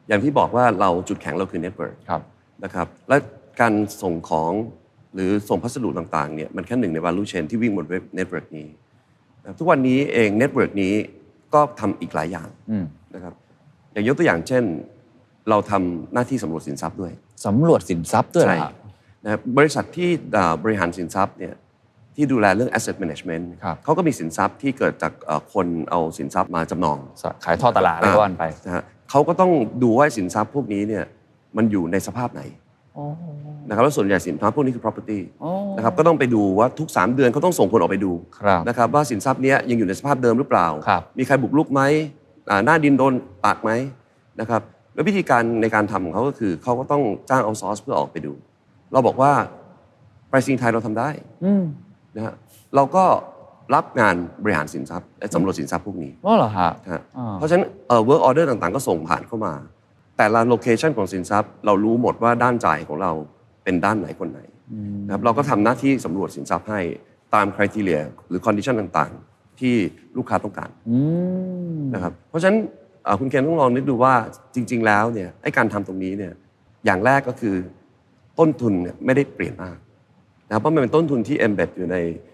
อย่างที่บอกว่าเราจุดแข็งเราคือ network ครับนะครับและการส่งของหรือส่งพัสดุต่างๆเนี่ยมันแค่หนึ่งใน value chain ที่วิ่งบนเว็บ network นี้ทุกวันนี้เอง network นี้ก็ทำอีกหลายอย่างนะครับอย่างยกตัวอย่างเช่นเราทำหน้าที่สำรวจสินทรัพย์ด้วยสำรวจสินทรัพย์ด้วยนะนะครับบริษัทที่บริหารสินทรัพย์เนี่ยที่ดูแลเรื่อง asset management เขาก็มีสินทรัพย์ที่เกิดจากคนเอาสินทรัพย์มาจำนองขายทอดตลาดอะไรก็ว่าไปนะฮะเขาก็ต้องดูว่าสินทรัพย์พวกนี้เนี่ยมันอยู่ในสภาพไหนนะครับแล้วส่วนใหญ่สินทรัพย์พวกนี้คือ property นะครับก็ต้องไปดูว่าทุกสามเดือนเขาต้องส่งคนออกไปดูนะครับว่าสินทรัพย์นี้ยังอยู่ในสภาพเดิมหรือเปล่ามีใครบุกรุกไหมหน้าดินโดนปักไหมนะครับแล้ววิธีการในการทำของเขาก็คือเขาก็ต้องจ้างเอาซอร์สเพื่อออกไปดูเราบอกว่าไปรษณีย์ไทยเราทำได้นะฮะเราก็รับงานบริหารสินทรัพย์และสำรวจสินทรัพย์พวกนี้อ๋อเหรอฮะเพราะฉะนั้นเอ่อ work order ต่างๆก็ส่งผ่านเข้ามาแต่ละโลเคชันของสินทรัพย์เรารู้หมดว่าด้านจ่ายของเราเป็นด้านไหนคนไหนนะครับเราก็ทำหน้าที่สำรวจสินทรัพย์ให้ตาม criteria หรือ condition ต่างๆที่ลูกค้าต้องการนะครับเพราะฉะนั้นคุณเคนต้องลองนึกดูว่าจริงๆแล้วเนี่ยไอ้การทำตรงนี้เนี่ยอย่างแรกก็คือต้นทุนเนี่ยไม่ได้เปลี่ยนมากนะครับเพราะมันเป็นต้นทุนที่ embed อยู่ใน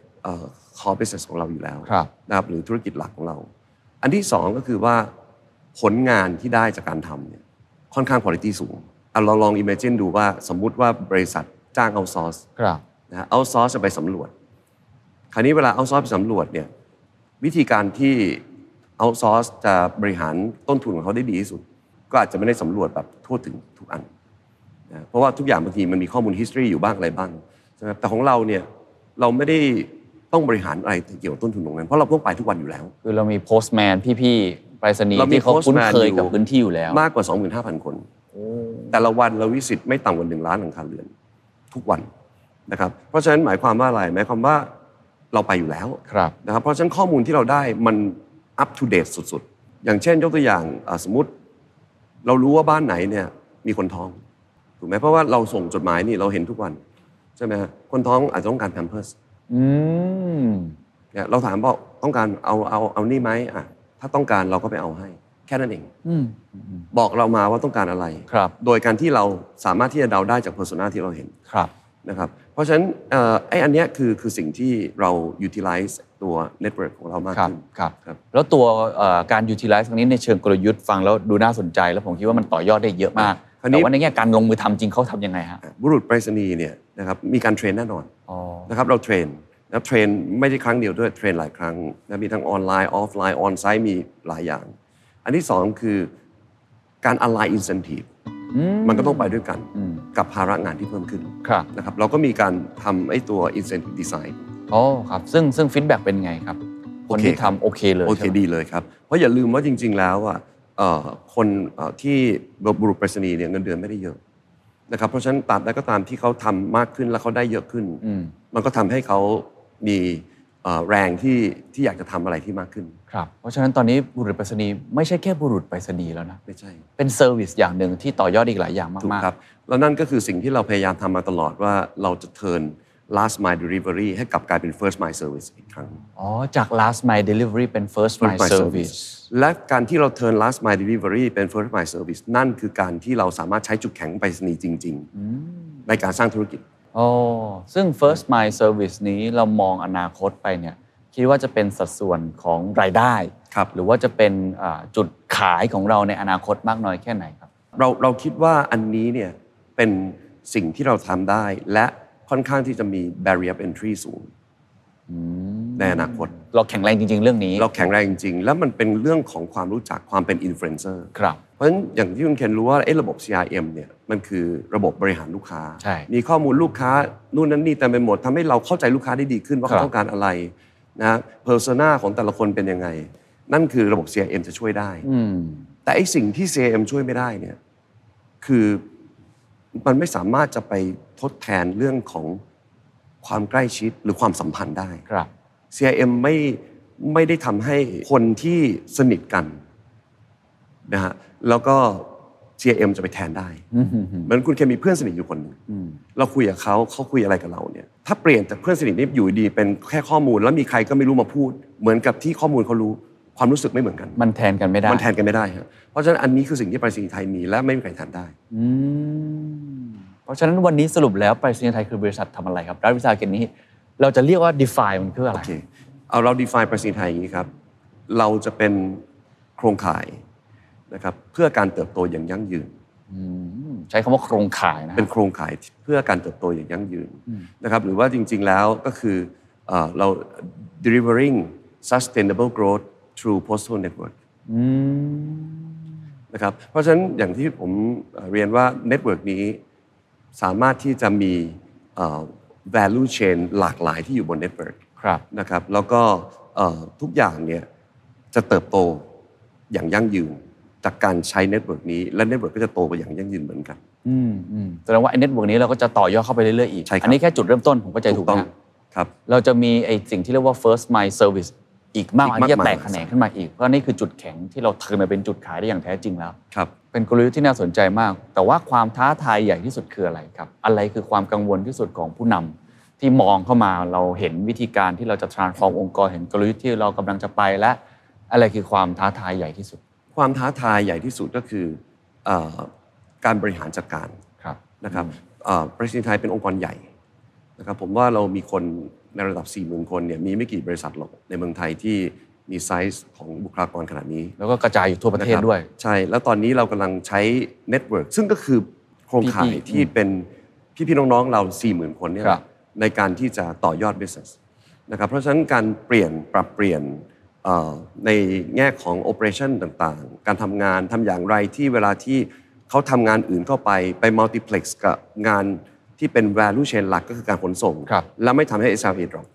core business ของเราอยู่แล้วนะครับหรือธุรกิจหลักของเราอันที่สองก็คือว่าผลงานที่ได้จากการทำเนี่ยค่อนข้าง quality สูงเราลอง imagine ดูว่าสมมุติว่าบริษัทจ้าง outsource นะ outsource จะไปสำรวจคราวนี้เวลา outsource ไปสำรวจเนี่ยวิธีการที่ outsource จะบริหารต้นทุนของเขาได้ดีที่สุดก็อาจจะไม่ได้สำรวจแบบทั่วถึงทุกอันนะเพราะว่าทุกอย่างบางทีมันมีข้อมูล history อยู่บ้างอะไรบ้างใช่ไหมแต่ของเราเนี่ยเราไม่ได้ต้องบริหารอะไรเกี่ยวกับต้นทุนตรงนั้นเพราะเราต้องไปทุกวันอยู่แล้วคือเรามี postman พี่ๆไปรษณีย์ที่เขาคุ้นเคยกับพื้นที่อยู่แล้วมากกว่า สองหมื่นห้าพัน คนแต่ละวันเราวิสิตไม่ต่ำกว่าหนึ่งล้านหลังคาเรือนทุกวันนะครับเพราะฉะนั้นหมายความว่าอะไรหมายความว่าเราไปอยู่แล้วนะครับเพราะฉะนั้นข้อมูลที่เราได้มัน up to date สุดๆอย่างเช่นยกตัวอย่างสมมุติเรารู้ว่าบ้านไหนเนี่ยมีคนท้องถูกไหมเพราะว่าเราส่งจดหมายนี่เราเห็นทุกวันใช่ไหมฮะคนท้องอาจจะต้องการ Pampers อืมเนี่ยเราถามบอกต้องการเอาเอาเอานี่ไหมอ่ะถ้าต้องการเราก็ไปเอาให้แค่นั้นเองบอกเรามาว่าต้องการอะไรโดยการที่เราสามารถที่จะเดาได้จาก persona ที่เราเห็นนะครับเพราะฉะนั้นไอ้อันนี้คือคือสิ่งที่เรา utilize ตัว network ของเรามากขึ้นครับครับแล้วตัวการ utilize ครั้งนี้ในเชิงกลยุทธ์ฟังแล้วดูน่าสนใจแล้วผมคิดว่ามันต่อยอดได้เยอะมากแต่ว่าในแง่การลงมือทำจริงเขาทำยังไงฮะบุรุษไปรษณีย์เนี่ยนะครับมีการเทรนแน่นอนนะครับเราเทรนแล้วเทรนไม่ใช่ครั้งเดียวด้วยเทรนหลายครั้งนะมีทั้งออนไลน์ออฟไลน์ออนไซต์มีหลายอย่างอันที่สองคือการ align incentive มันก็ต้องไปด้วยกันกับภาระงานที่เพิ่มขึ้นนะครับเราก็มีการทำไอ้ตัว incentive design อ๋อครับซึ่งซึ่งฟีดแบ็กเป็นไงครับคนที่ทำโอเคเลยโอเคดีเลยครับเพราะอย่าลืมว่าจริงๆแล้วอ่ะคนที่บุรุษไปรษณีย์เนี่ยเงินเดือนไม่ได้เยอะนะครับเพราะฉะนั้นตราบใดก็ตามที่เขาทำมากขึ้นแล้วเขาได้เยอะขึ้นมันก็ทำให้เขามีแรงที่ที่อยากจะทำอะไรที่มากขึ้นครับเพราะฉะนั้นตอนนี้บุรุษไปรษณีย์ไม่ใช่แค่บุรุษไปรษณีย์แล้วนะไม่ใช่เป็นเซอร์วิสอย่างหนึ่งที่ต่อยอดอีกหลายอย่างมากๆครับแล้วนั่นก็คือสิ่งที่เราพยายามทำมาตลอดว่าเราจะ turn last mile delivery ให้กลับกลายเป็น first mile service อีกครั้งอ๋อจาก last mile delivery เป็น first mile service และการที่เรา turn last mile delivery เป็น first mile service นั่นคือการที่เราสามารถใช้จุดแข็งไปรษณีย์จริงๆในการสร้างธุรกิจอ๋อซึ่ง first mile service นี้เรามองอนาคตไปเนี่ยคิดว่าจะเป็นสัดส่วนของรายได้หรือว่าจะเป็นจุดขายของเราในอนาคตมากน้อยแค่ไหนครับเราเราคิดว่าอันนี้เนี่ยเป็นสิ่งที่เราทำได้และค่อนข้างที่จะมี barrier of entry สูงในอนาคตเราแข็งแรงจริงๆเรื่องนี้เราแข็งแรงจริงๆแล้วมันเป็นเรื่องของความรู้จักความเป็นอินฟลูเอนเซอร์เพราะฉะนั้นอย่างที่คุณเคนรู้ว่าไอ้ระบบ ซี อาร์ เอ็ม เนี่ยมันคือระบบบริหารลูกค้ามีข้อมูลลูกค้านู่นนั่นนี่เต็มไปหมดทำให้เราเข้าใจลูกค้าได้ดีขึ้นว่าเขาต้องการอะไรนะเพอร์โซน่าของแต่ละคนเป็นยังไงนั่นคือระบบ ซี อาร์ เอ็ม จะช่วยได้แต่ไอ้สิ่งที่ ซี อาร์ เอ็ม ช่วยไม่ได้เนี่ยคือมันไม่สามารถจะไปทดแทนเรื่องของความใกล้ชิดหรือความสัมพันธ์ได้ ซี อาร์ เอ็ม ไม่ไม่ได้ทำให้คนที่สนิทกันนะฮะแล้วก็ ซี อาร์ เอ็ม จะไปแทนได้เหมือนคุณเคมีเพื่อนสนิทอยู่คนนึงเราคุยกับเขาเขาคุยอะไรกับเราเนี่ยถ้าเปลี่ยนจากเพื่อนสนิทนี่อยู่ดีเป็นแค่ข้อมูลแล้วมีใครก็ไม่รู้มาพูดเหมือนกับที่ข้อมูลเขารู้ความรู้สึกไม่เหมือนกันมันแทนกันไม่ได้มันแทนกันไม่ได้ครับเพราะฉะนั้นอันนี้คือสิ่งที่ไปรษณีย์ไทยมีและไม่มีใครแทนได้อืมเพราะฉะนั้นวันนี้สรุปแล้วไปรษณีย์ไทยคือบริษัททำอะไรครับรัฐวิสาหกิจนี้เราจะเรียกว่า define มันคืออะไรโอเคเอาเรา define ไปรษณีย์ไทยอย่างนี้ครับเราจะเป็นโครงข่ายนะครับเพื่อการเติบโตอย่างยั่งยืนใช้คำว่าโครงข่ายนะเป็นโครงข่ายเพื่อการเติบโตอย่างยั่งยืนนะครับหรือว่าจริงๆแล้วก็คือเรา delivering sustainable growth through postal network นะครับเพราะฉะนั้นอย่างที่ผมเรียนว่า network นี้สามารถที่จะมี value chain หลากหลายที่อยู่บน network นะครับแล้วก็ทุกอย่างเนี่ยจะเติบโตอย่างยั่งยืนจากการใช้เน็ตเวิร์กนี้และเน็ตเวิร์กก็จะโตไปอย่างยั่งยืนเหมือนกันอืมอืมแสดงว่าไอ้เน็ตเวิร์กนี้เราก็จะต่อยอดเข้าไปเรื่อยๆอีกอันนี้แค่จุดเริ่มต้นผมเข้าใจถูกต้องครับเราจะมีไอ้สิ่งที่เรียกว่า first mile service อีกมากอันที่จะแตกแขนงขึ้นมาอีกเพราะนี่คือจุดแข็งที่เราเทิร์นมาเป็นจุดขายได้อย่างแท้จริงแล้วครับเป็นกลยุทธ์ที่น่าสนใจมากแต่ว่าความท้าทายใหญ่ที่สุดคืออะไรครับอะไรคือความกังวลที่สุดของผู้นำที่มองเข้ามาเราเห็นวิธีการที่เราจะ transform องค์กรเห็นกลยุทธ์ที่เรากำลังจะไปและอะไรคือความท้าทายใหญ่ที่สุดความท้าทายใหญ่ที่สุดก็คือการบริหารจัดการนะครับไปรษณีย์ไทยเป็นองค์กรใหญ่นะครับผมว่าเรามีคนในระดับ สี่หมื่น คนเนี่ยมีไม่กี่บริษัทหรอกในเมืองไทยที่มีไซส์ของบุคลากรขนาดนี้แล้วก็กระจายอยู่ทั่วประเทศด้วยใช่แล้วตอนนี้เรากำลังใช้เน็ตเวิร์กซึ่งก็คือโครงข่ายที่เป็นพี่ๆน้องๆเรา สี่หมื่น คนเนี่ยในการที่จะต่อยอด business นะครับเพราะฉะนั้นการเปลี่ยนปรับเปลี่ยนในแง่ของ operation ต่างๆการทำงานทำอย่างไรที่เวลาที่เขาทำงานอื่นเข้าไปไป multiplex กับงานที่เป็น value chain หลักก็คือการขนส่งแล้วไม่ทำให้ เอส แอล เอ drop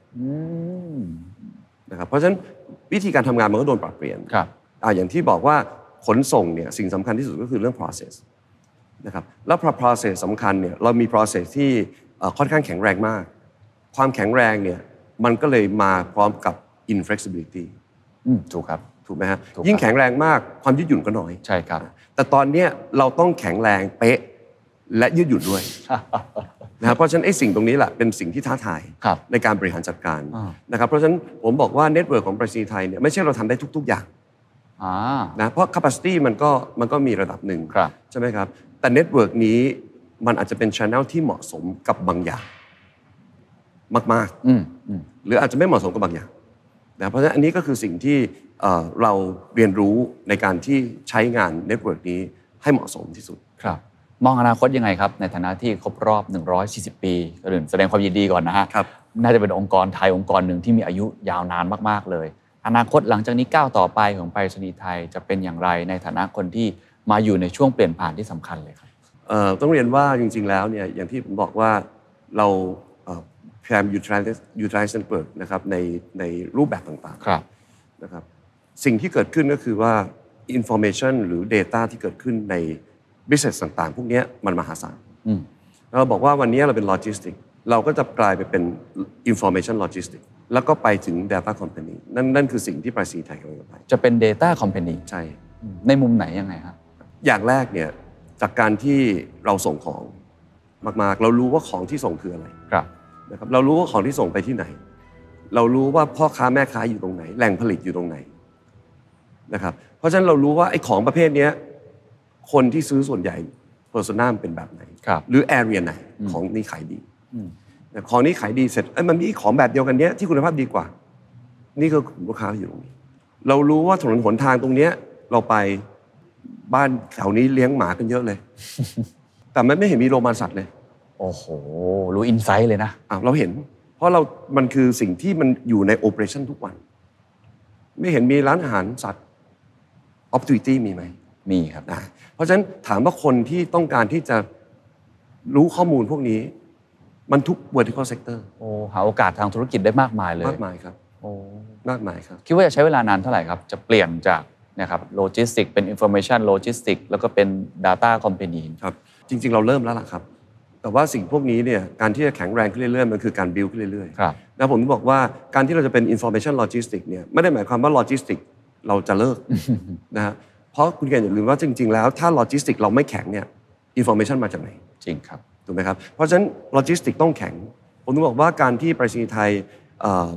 นะครับเพราะฉะนั้นวิธีการทำงานมันก็โดนปรับเปลี่ยนอย่างที่บอกว่าขนส่งเนี่ยสิ่งสำคัญที่สุดก็คือเรื่อง process นะครับแล้ว process สำคัญเนี่ยเรามี process ที่ค่อนข้างแข็งแรงมากความแข็งแรงเนี่ยมันก็เลยมาพร้อมกับ inflexibility ถูกครับถูกไหมฮะยิ่งแข็งแรงมากความยืดหยุ่นก็น้อยใช่ครับแต่ตอนนี้เราต้องแข็งแรงเป๊ะและยืดหยุ่นด้วยนะครับเพราะฉะนั้นไอ้สิ่งตรงนี้แหละเป็นสิ่งที่ท้าทายในการบริหารจัดการนะครับเพราะฉะนั้นผมบอกว่าเน็ตเวิร์กของไปรษณีย์ไทยเนี่ยไม่ใช่เราทำได้ทุกๆอย่างนะเพราะ capacity มันก็มันก็มีระดับหนึ่งใช่ไหมครับแต่เน็ตเวิร์กนี้มันอาจจะเป็น channel ที่เหมาะสมกับบางอย่างมากๆหรืออาจจะไม่เหมาะสมกับบางอย่างนะเพราะฉะนั้นอันนี้ก็คือสิ่งที่เราเรียนรู้ในการที่ใช้งานเน็ตเวิร์กนี้ให้เหมาะสมที่สุดครับมองอนาคตยังไงครับในฐานะที่ครบรอบหนึ่งร้อยสี่สิบปีก่อนอื่นแสดงความยินดีก่อนนะฮะครับน่าจะเป็นองค์กรไทยองค์กรหนึ่งที่มีอายุยาวนานมากๆเลยอนาคตหลังจากนี้ก้าวต่อไปของไปรษณีย์ไทยจะเป็นอย่างไรในฐานะคนที่มาอยู่ในช่วงเปลี่ยนผ่านที่สำคัญเลยครับเอ่อต้องเรียนว่าจริงๆแล้วเนี่ยอย่างที่ผมบอกว่าเราพยายาม utilize utilize network นะครับในในรูปแบบต่างๆครับนะครับสิ่งที่เกิดขึ้นก็คือว่า information หรือ data ที่เกิดขึ้นใน business ต่างๆพวกนี้มันมหาศาลเราบอกว่าวันนี้เราเป็น logistics เราก็จะกลายไปเป็น information logistics แล้วก็ไปถึง data company นั่นนั่นคือสิ่งที่ไปรษณีย์ไทยกำลังจะไปจะเป็น data company ใช่ในมุมไหนยังไงครับอย่างแรกเนี่ยจากการที่เราส่งของมากๆเรารู้ว่าของที่ส่งคืออะไรครับนะครับเรารู้ว่าของที่ส่งไปที่ไหนเรารู้ว่าพ่อค้าแม่ค้าอยู่ตรงไหนแหล่งผลิตอยู่ตรงไหนนะครับเพราะฉะนั้นเรารู้ว่าไอ้ของประเภทนี้คนที่ซื้อส่วนใหญ่ persona เป็นแบบไหนหรือ area ไหนของนี้ขายดีของนี้ขายดีเสร็จเอ้ยมันมีของแบบเดียวกันเนี้ยที่คุณภาพดีกว่านี่ก็ลูกค้าอยู่ตรงนี้เรารู้ว่าถนนหนทางตรงเนี้ยเราไปบ้านแถวนี้เลี้ยงหมากันเยอะเลยแต่มันไม่เห็นมีโรงพยาบาลสัตว์เลยโอ้โหรู้อินไซต์เลยนะอ้าวเราเห็นเพราะเรามันคือสิ่งที่มันอยู่ในโอเปอเรชั่นทุกวันไม่เห็นมีร้านอาหารสัตว์ opportunity มีไหมมีครับนะเพราะฉะนั้นถามว่าคนที่ต้องการที่จะรู้ข้อมูลพวกนี้มันทุก vertical sector โอ้หาโอกาสทางธุรกิจได้มากมายเลยมากมายครับโอ้มากมายครับคิดว่าจะใช้เวลานานเท่าไหร่ครับจะเปลี่ยนจากนะครับโลจิสติกเป็น information logistics แล้วก็เป็น data company ครับจริงๆเราเริ่มแล้วล่ะครับแต่ว่าสิ่งพวกนี้เนี่ยการที่จะแข็งแรงขึ้นเรื่อยๆมันคือการ build ขึ้นเรื่อยๆแล้วผมบอกว่าการที่เราจะเป็น information logistics เนี่ยไม่ได้หมายความว่า logistics เราจะเลิกนะฮะเพราะคุณแกอย่าลืมว่าจริงๆแล้วถ้า logistics เราไม่แข็งเนี่ย information มาจากไหนจริงครับถูกไหมครับเพราะฉะนั้น logistics ต้องแข็งผมถึงบอกว่าการที่ไปรษณีย์ไทย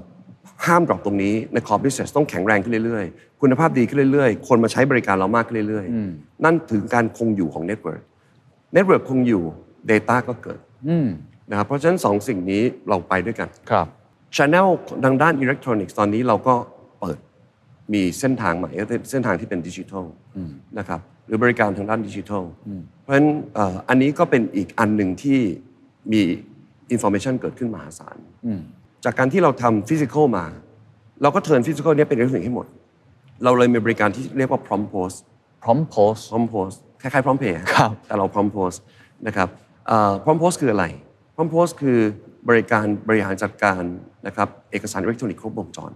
ห้าม drop ตรงนี้ใน core business ต้องแข็งแรงขึ้นเรื่อยๆคุณภาพดีขึ้นเรื่อยๆคนมาใช้บริการเรามากขึ้นเรื่อยๆนั่นถึงการคงอยู่ของ network network คงอยู่ data ก็เกิดนะครับเพราะฉะนั้นสองสิ่งนี้เราไปด้วยกันครับ channel ทางด้าน electronics ตอนนี้เราก็เปิดมีเส้นทางใหม่เส้นทางที่เป็นดิจิทัลนะครับหรือบริการทางด้านดิจิทัลเพราะฉะนั้นอันนี้ก็เป็นอีกอันหนึ่งที่มี information เกิดขึ้นมหาศาลจากการที่เราทำ physical มาเราก็เทิร์น physical นี้เป็น electronic ให้หมดเราเลยมีบริการที่เรียกว่า prompt post prompt post prompt post คล้ายๆ prompt pay ครับแต่เรา prompt post นะครับ prompt post คืออะไร prompt post คือบริการบริหารจัดการนะครับเอกสารอิเล็กทรอนิกส์ครบวงจร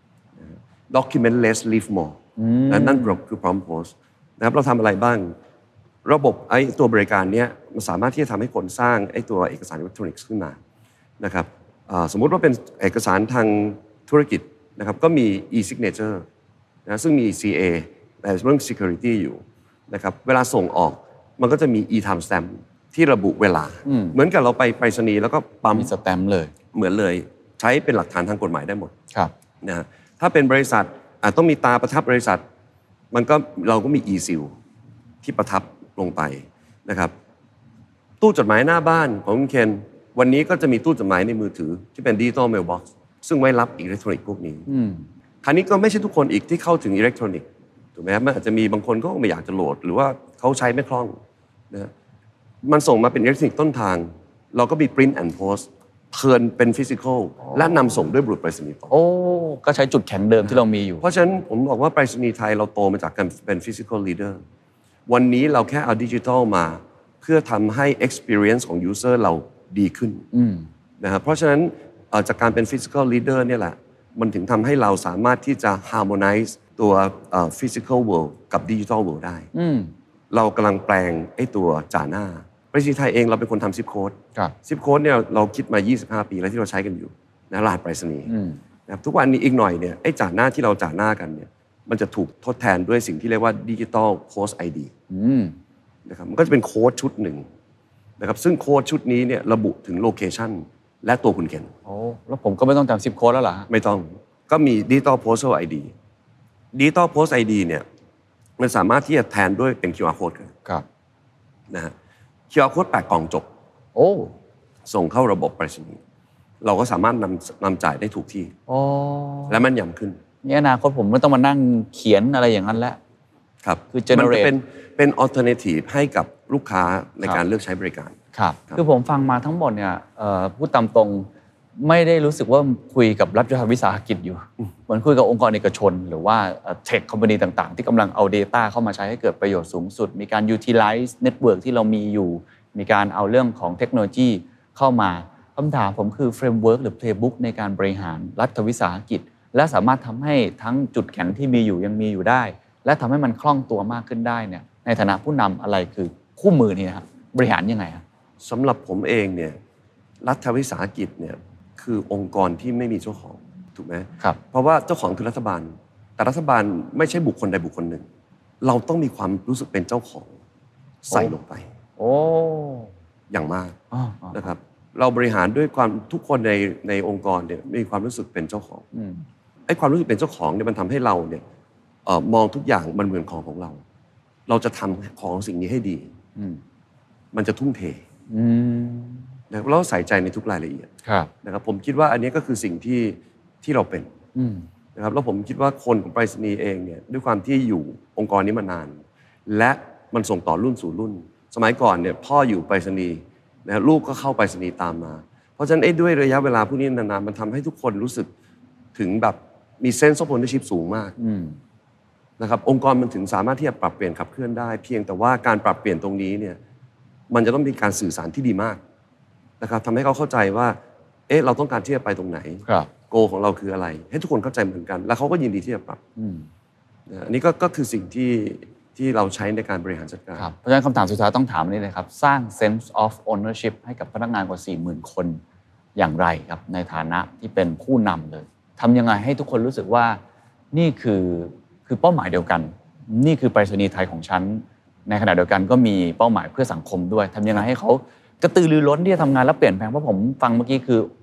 document less leave more และนั่นคือ prompt post นะครับเราทำอะไรบ้างระบบไอ้ตัวบริการนี้มันสามารถที่จะทำให้คนสร้างไอ้ตัวเอกสารอิเล็กทรอนิกส์ขึ้นมานะครับสมมุติว่าเป็นเอกสารทางธุรกิจนะครับก็มี e-signature นะซึ่งมี ซี เอ แต่เรื่อง security อยู่นะครับเวลาส่งออกมันก็จะมี e-time stamp ที่ระบุเวลาเหมือนกับเราไปไปรษณีย์แล้วก็ปั๊มมีสแตมป์เลยเหมือนเลยใช้เป็นหลักฐานทางกฎหมายได้หมดครับนะถ้าเป็นบริษัทต้องมีตาประทับบริษัทมันก็เราก็มี e-seal ที่ประทับลงไปนะครับตู้จดหมายหน้าบ้านของคุณเคนวันนี้ก็จะมีตู้จดหมายในมือถือที่เป็น Digital Mailbox ซึ่งไว้รับอิเล็กทรอนิกส์พวกนี้คราวนี้ก็ไม่ใช่ทุกคนอีกที่เข้าถึงอิเล็กทรอนิกส์ถูกไหมครับมันอาจจะมีบางคนก็ไม่อยากจะโหลดหรือว่าเขาใช้ไม่คล่องนะมันส่งมาเป็นอิเล็กทรอนิกส์ต้นทางเราก็มี Print and Post เทิร์นเป็นฟิสิกอลและนำส่งด้วยบุรุษไปรษณีย์ต่อโอ้ก็ใช้จุดแข็งเดิมที่เรามีอยู่เพราะฉะนั้นผมบอกว่าไปรษณีย์ไทยเราโตมาจากการเป็นฟิสิกอลลีดเดอร์วันนี้เราแค่เอาดิจิทัลมาเพื่อทำให้ experience ของ user เราดีขึ้นนะครับเพราะฉะนั้นจากการเป็น physical leader เนี่ยแหละมันถึงทำให้เราสามารถที่จะ harmonize ตัว physical world กับ digital world ได้เรากำลังแปลงไอ้ตัวจ่าหน้าไปรษณีย์ไทยเองเราเป็นคนทำซิปโค้ดซิปโค้ดเนี่ยเราคิดมายี่สิบห้าปีแล้วที่เราใช้กันอยู่นะรหัสไปรษณีย์นะครับทุกวันนี้อีกหน่อยเนี่ยไอ้จ่าหน้าที่เราจ่าหน้ากันเนี่ยมันจะถูกทดแทนด้วยสิ่งที่เรียกว่า digital post ไอ ดี นะครับมันก็จะเป็นโค้ดชุดหนึ่งนะครับซึ่งโค้ดชุดนี้เนี่ยระบุถึงโลเคชันและตัวคุณเคนโอ้แล้วผมก็ไม่ต้องจำซิปโค้ดแล้วเหรอไม่ต้องก็มี Digital Postal ไอ ดี Digital Post ไอ ดี เนี่ยมันสามารถที่จะแทนด้วยเป็น คิว อาร์ Code ครับนะฮะ คิว อาร์ Code แปะกล่องจบโอ้ส่งเข้าระบบไปรษณีย์เราก็สามารถนำนำจ่ายได้ถูกที่โอ้และมันยำขึ้นนี่อนาคตผมไม่ต้องมานั่งเขียนอะไรอย่างนั้นแล้วครับคือ generate มันจะเป็นเป็น alternative ให้กับลูกค้าในการเลือกใช้บริการครับคือผมฟังมาทั้งหมดเนี่ยพูดตามตรงไม่ได้รู้สึกว่าคุยกับรัฐวิสาหกิจอยู่เหมือนคุยกับองค์กรเอกชนหรือว่าเทคคอมพานีต่างๆที่กำลังเอา data เข้ามาใช้ให้เกิดประโยชน์สูงสุดมีการ utilize network ที่เรามีอยู่มีการเอาเรื่องของเทคโนโลยีเข้ามาคำถามผมคือ framework หรือ playbook ในการบริหารรัฐวิสาหกิจและสามารถทำให้ทั้งจุดแข็งที่มีอยู่ยังมีอยู่ได้และทำให้มันคล่องตัวมากขึ้นได้เนี่ยในฐานะผู้นำอะไรคือคู่มือนี่นะครับบริหารยังไงครับสำหรับผมเองเนี่ยรัฐวิสาหกิจเนี่ยคือองค์กรที่ไม่มีเจ้าของถูกไหมครับเพราะว่าเจ้าของคือรัฐบาลแต่รัฐบาลไม่ใช่บุคคลใดบุคคลหนึ่งเราต้องมีความรู้สึกเป็นเจ้าของใส่ลงไปโอ้อย่างมากนะครับเราบริหารด้วยความทุกคนในในองค์กรเนี่ยมีความรู้สึกเป็นเจ้าของไอ้ความรู้สึกเป็นเจ้าของเนี่ยมันทำให้เราเนี่ยมองทุกอย่างมันเหมือนของของเราเราจะทำของสิ่งนี้ให้ดีมันจะทุ่มเทนะครับเราใส่ใจในทุกรายละเอียดนะครับผมคิดว่าอันนี้ก็คือสิ่งที่ที่เราเป็นนะครับแล้วผมคิดว่าคนของไปรษณีย์เองเนี่ยด้วยความที่อยู่องค์กรนี้มานานและมันส่งต่อรุ่นสู่รุ่นสมัยก่อนเนี่ยพ่ออยู่ไปรษณีย์นะลูกก็เข้าไปรษณีย์ตามมาเพราะฉะนั้นไอ้ด้วยระยะเวลาพวกนี้นานๆมันทำให้ทุกคนรู้สึกถึงแบบมีเซนส์ of ownership สูงมากนะครับองค์กรมันถึงสามารถที่จะปรับเปลี่ยนขับเคลื่อนได้เพียงแต่ว่าการปรับเปลี่ยนตรงนี้เนี่ยมันจะต้องมีการสื่อสารที่ดีมากนะครับทำให้เขาเข้าใจว่าเอ๊ะเราต้องการที่จะไปตรงไหนโกของเราคืออะไรให้ทุกคนเข้าใจเหมือนกันแล้วเขาก็ยินดีที่จะปรับอันนี้ก็ก็คือสิ่งที่ที่เราใช้ในการบริหารจัดการเพราะฉะนั้นคำถามสุดท้ายต้องถามนี่เลยครับสร้าง sense of ownership ให้กับพนักงานกว่า สี่หมื่น คนอย่างไรครับในฐานะที่เป็นผู้นำเลยทำยังไงให้ทุกคนรู้สึกว่านี่คือคือเป้าหมายเดียวกันนี่คือไปรษณีย์ไทยของฉันในขณะเดียวกันก็มีเป้าหมายเพื่อสังคมด้วยทำยังไงให้เขากระตือรือร้นที่จะทำงานและเปลี่ยนแปลงเพราะผมฟังเมื่อกี้คือ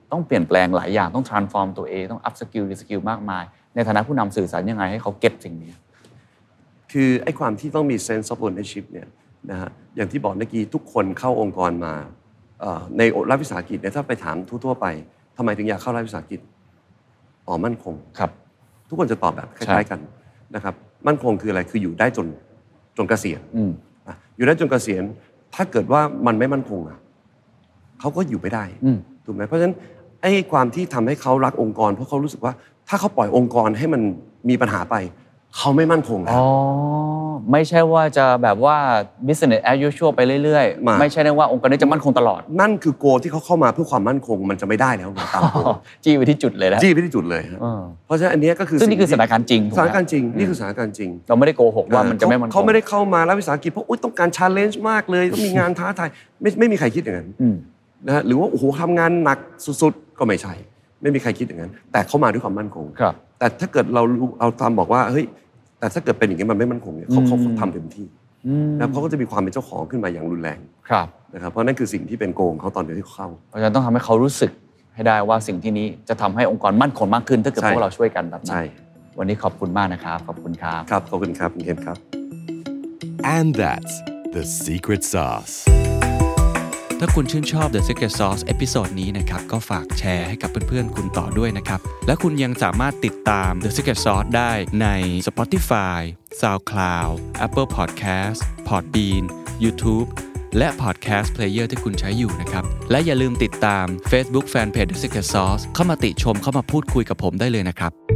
ต้องเปลี่ยนแปลงหลายอย่างต้อง transform ตัวเองต้อง up skill re skill มากมายในฐานะผู้นำสื่อสารยังไงให้เขาเก็ตสิ่งนี้คือไอ้ความที่ต้องมี sense of ownership เนี่ยนะฮะอย่างที่บอกเมื่อกี้ทุกคนเข้าองค์กรมาในรัฐวิสาหกิจเนี่ยถ้าไปถามทั่วๆไปทำไมถึงอยากเข้ารัฐวิสาหกิจอ๋อมั่นคงครับทุกคนจะตอบแบบคล้ายๆกันนะครับมั่นคงคืออะไรคืออยู่ได้จนจนเกษียณอยู่ได้จนเกษียณถ้าเกิดว่ามันไม่มั่นคงอ่ะเขาก็อยู่ไม่ได้ถูกไหมเพราะฉะนั้นไอ้ความที่ทำให้เขารักองค์กรเพราะเขารู้สึกว่าถ้าเขาปล่อยองค์กรให้มันมีปัญหาไปเขาไม่มั่นคงแล้วอ๋อไม่ใช่ว่าจะแบบว่า business as usual ไปเรื่อยๆไม่ใช่ว่าองค์กรนี้จะมั่นคงตลอดนั่นคือโกที่เขาเข้ามาเพื่อความมั่นคงมันจะไม่ได้แล้วตามโกจี้ไปที่จุดเลยนะจี้ไปที่จุดเลยเพราะฉะนั้นอันนี้ก็คือซึ่งนี่คือสถานการณ์จริงสถานการณ์จริงนี่คือสถานการณ์จริงเราไม่ได้โกหกว่ามันจะไม่มั่นคงเขาไม่ได้เข้ามารัฐวิสาหกิจเพราะอุ๊ยต้องการ challenge มากเลยต้องมีงานท้าทายไม่ไม่มีใครคิดอย่างนั้นนะฮะหรือว่าโอ้โหทำงานหนักสุดๆก็ไม่ใช่ไม่มีใครคิดอย่างนั้นแต่เขามาด้วยความมั่นคงแต่ถ้าเกิดเราเอาตามบอกว่าเฮ้ยแต่ถ้าเกิดเป็นอย่างนี้มันไม่มั่นคงเนี่ยเขาเขาทำเต็มที่แล้วเขาก็จะมีความเป็นเจ้าของขึ้นมาอย่างรุนแรงนะครับเพราะนั่นคือสิ่งที่เป็นโกงเขาตอนเดียวที่เขาเข้าเพราะฉะนั้นต้องทำให้เขารู้สึกให้ได้ว่าสิ่งที่นี้จะทำให้องค์กรมั่นคงมากขึ้นถ้าเกิดพวกเราช่วยกันแบบนั้นวันนี้ขอบคุณมากนะครับขอบคุณครับครับขอบคุณครับคุณเคนครับ and that's the secret sauce ถ้าคุณชื่นชอบ The Secret Sauce เอพิโซดนี้นะครับก็ฝากแชร์ให้กับเพื่อนๆคุณต่อด้วยนะครับและคุณยังสามารถติดตาม The Secret Sauce ได้ใน Spotify, SoundCloud, Apple Podcast, Podbean, YouTube และ Podcast Player ที่คุณใช้อยู่นะครับและอย่าลืมติดตาม Facebook Fanpage The Secret Sauce เข้ามาติชมเข้ามาพูดคุยกับผมได้เลยนะครับ